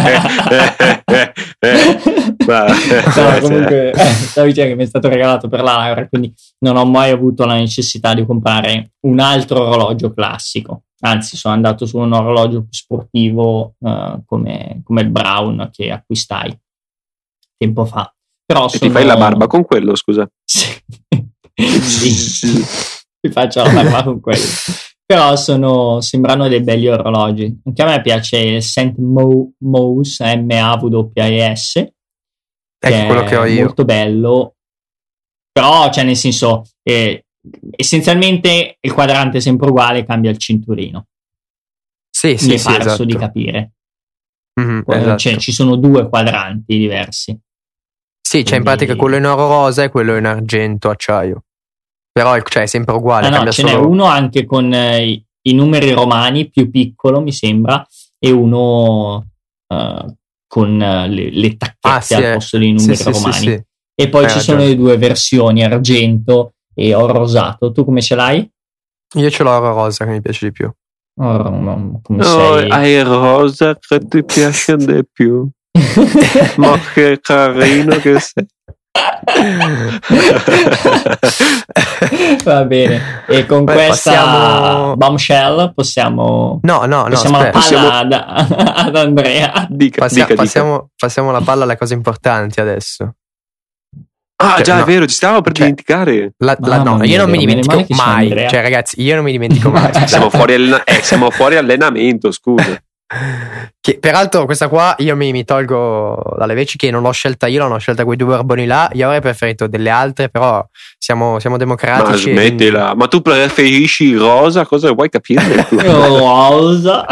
Speaker 1: No, comunque stavo dicendo che mi è stato regalato per la laurea, quindi non ho mai avuto la necessità di comprare un altro orologio classico. Anzi, sono andato su un orologio più sportivo uh, come, come il Brown che acquistai tempo fa. Però
Speaker 3: e
Speaker 1: sono...
Speaker 3: ti fai la barba con quello, scusa?
Speaker 1: Sì. Sì. Mi faccio la barba con quello. Però sono, sembrano dei belli orologi. Anche a me piace il Saint Mawes, M A W I S,
Speaker 2: Ecco quello che ho io.
Speaker 1: Molto bello. Però, cioè, nel senso, eh, essenzialmente il quadrante è sempre uguale, cambia il cinturino.
Speaker 2: Sì, sì,
Speaker 1: Mi è
Speaker 2: sì,
Speaker 1: parso
Speaker 2: esatto.
Speaker 1: di capire.
Speaker 2: Mm-hmm,
Speaker 1: Eh,
Speaker 2: esatto.
Speaker 1: cioè, ci sono due quadranti diversi.
Speaker 2: Sì, c'è in
Speaker 1: Quindi-
Speaker 2: pratica quello in oro rosa e quello in argento acciaio. Però il- cioè, è sempre uguale.
Speaker 1: Ah, no,
Speaker 2: cambia
Speaker 1: ce n'è
Speaker 2: solo...
Speaker 1: uno anche con eh, i, i numeri romani, più piccolo mi sembra, e uno eh, con eh, le, le tacchette
Speaker 2: Ah, sì,
Speaker 1: al
Speaker 2: eh.
Speaker 1: posto dei numeri
Speaker 2: Sì, sì,
Speaker 1: romani.
Speaker 2: sì, sì.
Speaker 1: E poi
Speaker 2: Hai
Speaker 1: ci sono
Speaker 2: ragione.
Speaker 1: le due versioni, argento e oro rosato. Tu come ce l'hai?
Speaker 2: Io ce l'ho oro rosa che mi piace di più.
Speaker 1: Oro, no, come
Speaker 3: No,
Speaker 1: sei?
Speaker 3: hai rosa che ti piace di più. Ma che carino che sei.
Speaker 1: Va bene. E con
Speaker 2: Beh,
Speaker 1: questa
Speaker 2: passiamo-
Speaker 1: bombshell possiamo,
Speaker 2: No, no, no,
Speaker 1: passiamo la
Speaker 2: aspetta.
Speaker 1: palla ad, ad Andrea.
Speaker 3: Dica,
Speaker 2: Passia-
Speaker 3: dica, dica.
Speaker 2: passiamo, passiamo la palla alle cose importanti adesso.
Speaker 3: Ah,
Speaker 2: Cioè,
Speaker 3: già,
Speaker 2: no.
Speaker 3: è vero, ci stavo per
Speaker 2: Cioè,
Speaker 3: dimenticare.
Speaker 2: La, la-
Speaker 1: Mamma
Speaker 2: no,
Speaker 1: mia,
Speaker 2: io non mi
Speaker 1: meno
Speaker 2: dimentico
Speaker 1: male che c'è
Speaker 2: mai.
Speaker 1: Andrea.
Speaker 2: Cioè, ragazzi, io non mi dimentico mai.
Speaker 3: Siamo fuori, allena- eh, siamo fuori allenamento, scusa.
Speaker 2: Che, peraltro, questa qua io mi, mi tolgo dalle veci che non l'ho scelta io, l'hanno scelta quei due barboni là. Io avrei preferito delle altre, però siamo, siamo
Speaker 3: Ma
Speaker 2: democratici. e quindi-
Speaker 3: smettila, ma tu preferisci il rosa? Cosa vuoi capire? tu?
Speaker 1: Rosa.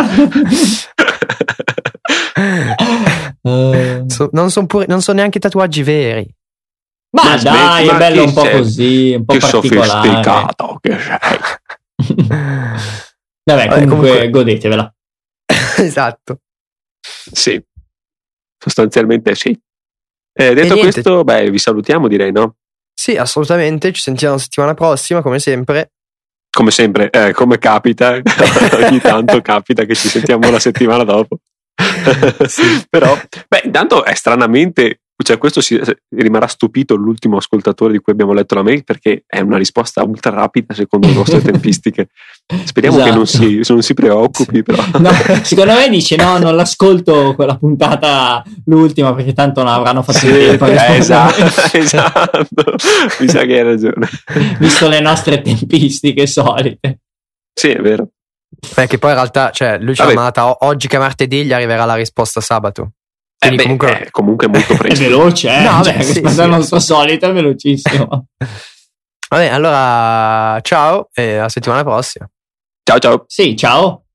Speaker 1: Eh,
Speaker 2: So- non sono pure, non sono neanche tatuaggi veri.
Speaker 1: ma
Speaker 3: Ma
Speaker 1: dai,
Speaker 3: smetti,
Speaker 1: è
Speaker 3: ma
Speaker 1: bello
Speaker 3: chi
Speaker 1: un po'
Speaker 3: sei?
Speaker 1: così, un po'
Speaker 3: Che
Speaker 1: particolare.
Speaker 3: sofisticato che sei.
Speaker 1: Vabbè,
Speaker 2: Vabbè,
Speaker 1: comunque,
Speaker 2: comunque-
Speaker 1: godetevela.
Speaker 2: Esatto.
Speaker 3: Sì, sostanzialmente sì. Eh, detto
Speaker 2: niente.
Speaker 3: questo, beh, vi salutiamo, direi, no?
Speaker 2: Sì, assolutamente. Ci sentiamo la settimana prossima, come sempre.
Speaker 3: Come sempre, eh, come capita, ogni tanto capita che ci sentiamo la settimana dopo.
Speaker 2: Sì.
Speaker 3: Però, beh, intanto è stranamente cioè questo si, rimarrà stupito l'ultimo ascoltatore di cui abbiamo letto la mail, perché è una risposta ultra rapida secondo le vostre tempistiche. Speriamo esatto. che non si, non si preoccupi, sì. però.
Speaker 1: No, secondo me dice no, non l'ascolto quella puntata l'ultima perché tanto non avranno fatto il tempo.
Speaker 3: Eh, esatto, esatto. Mi sa che hai ragione.
Speaker 1: Visto le nostre tempistiche solite.
Speaker 3: Sì, è vero.
Speaker 2: Perché poi in realtà, cioè, lui ci ha mandata oggi che è martedì, gli arriverà la risposta sabato.
Speaker 3: Eh beh, comunque è comunque molto presto.
Speaker 1: È veloce, eh?
Speaker 2: No,
Speaker 1: cioè,
Speaker 2: beh, sì,
Speaker 1: rispetto
Speaker 2: sì.
Speaker 1: al nostro solito è velocissimo.
Speaker 2: Vabbè, allora ciao e alla settimana prossima.
Speaker 3: Ciao ciao.
Speaker 1: Sì, ciao.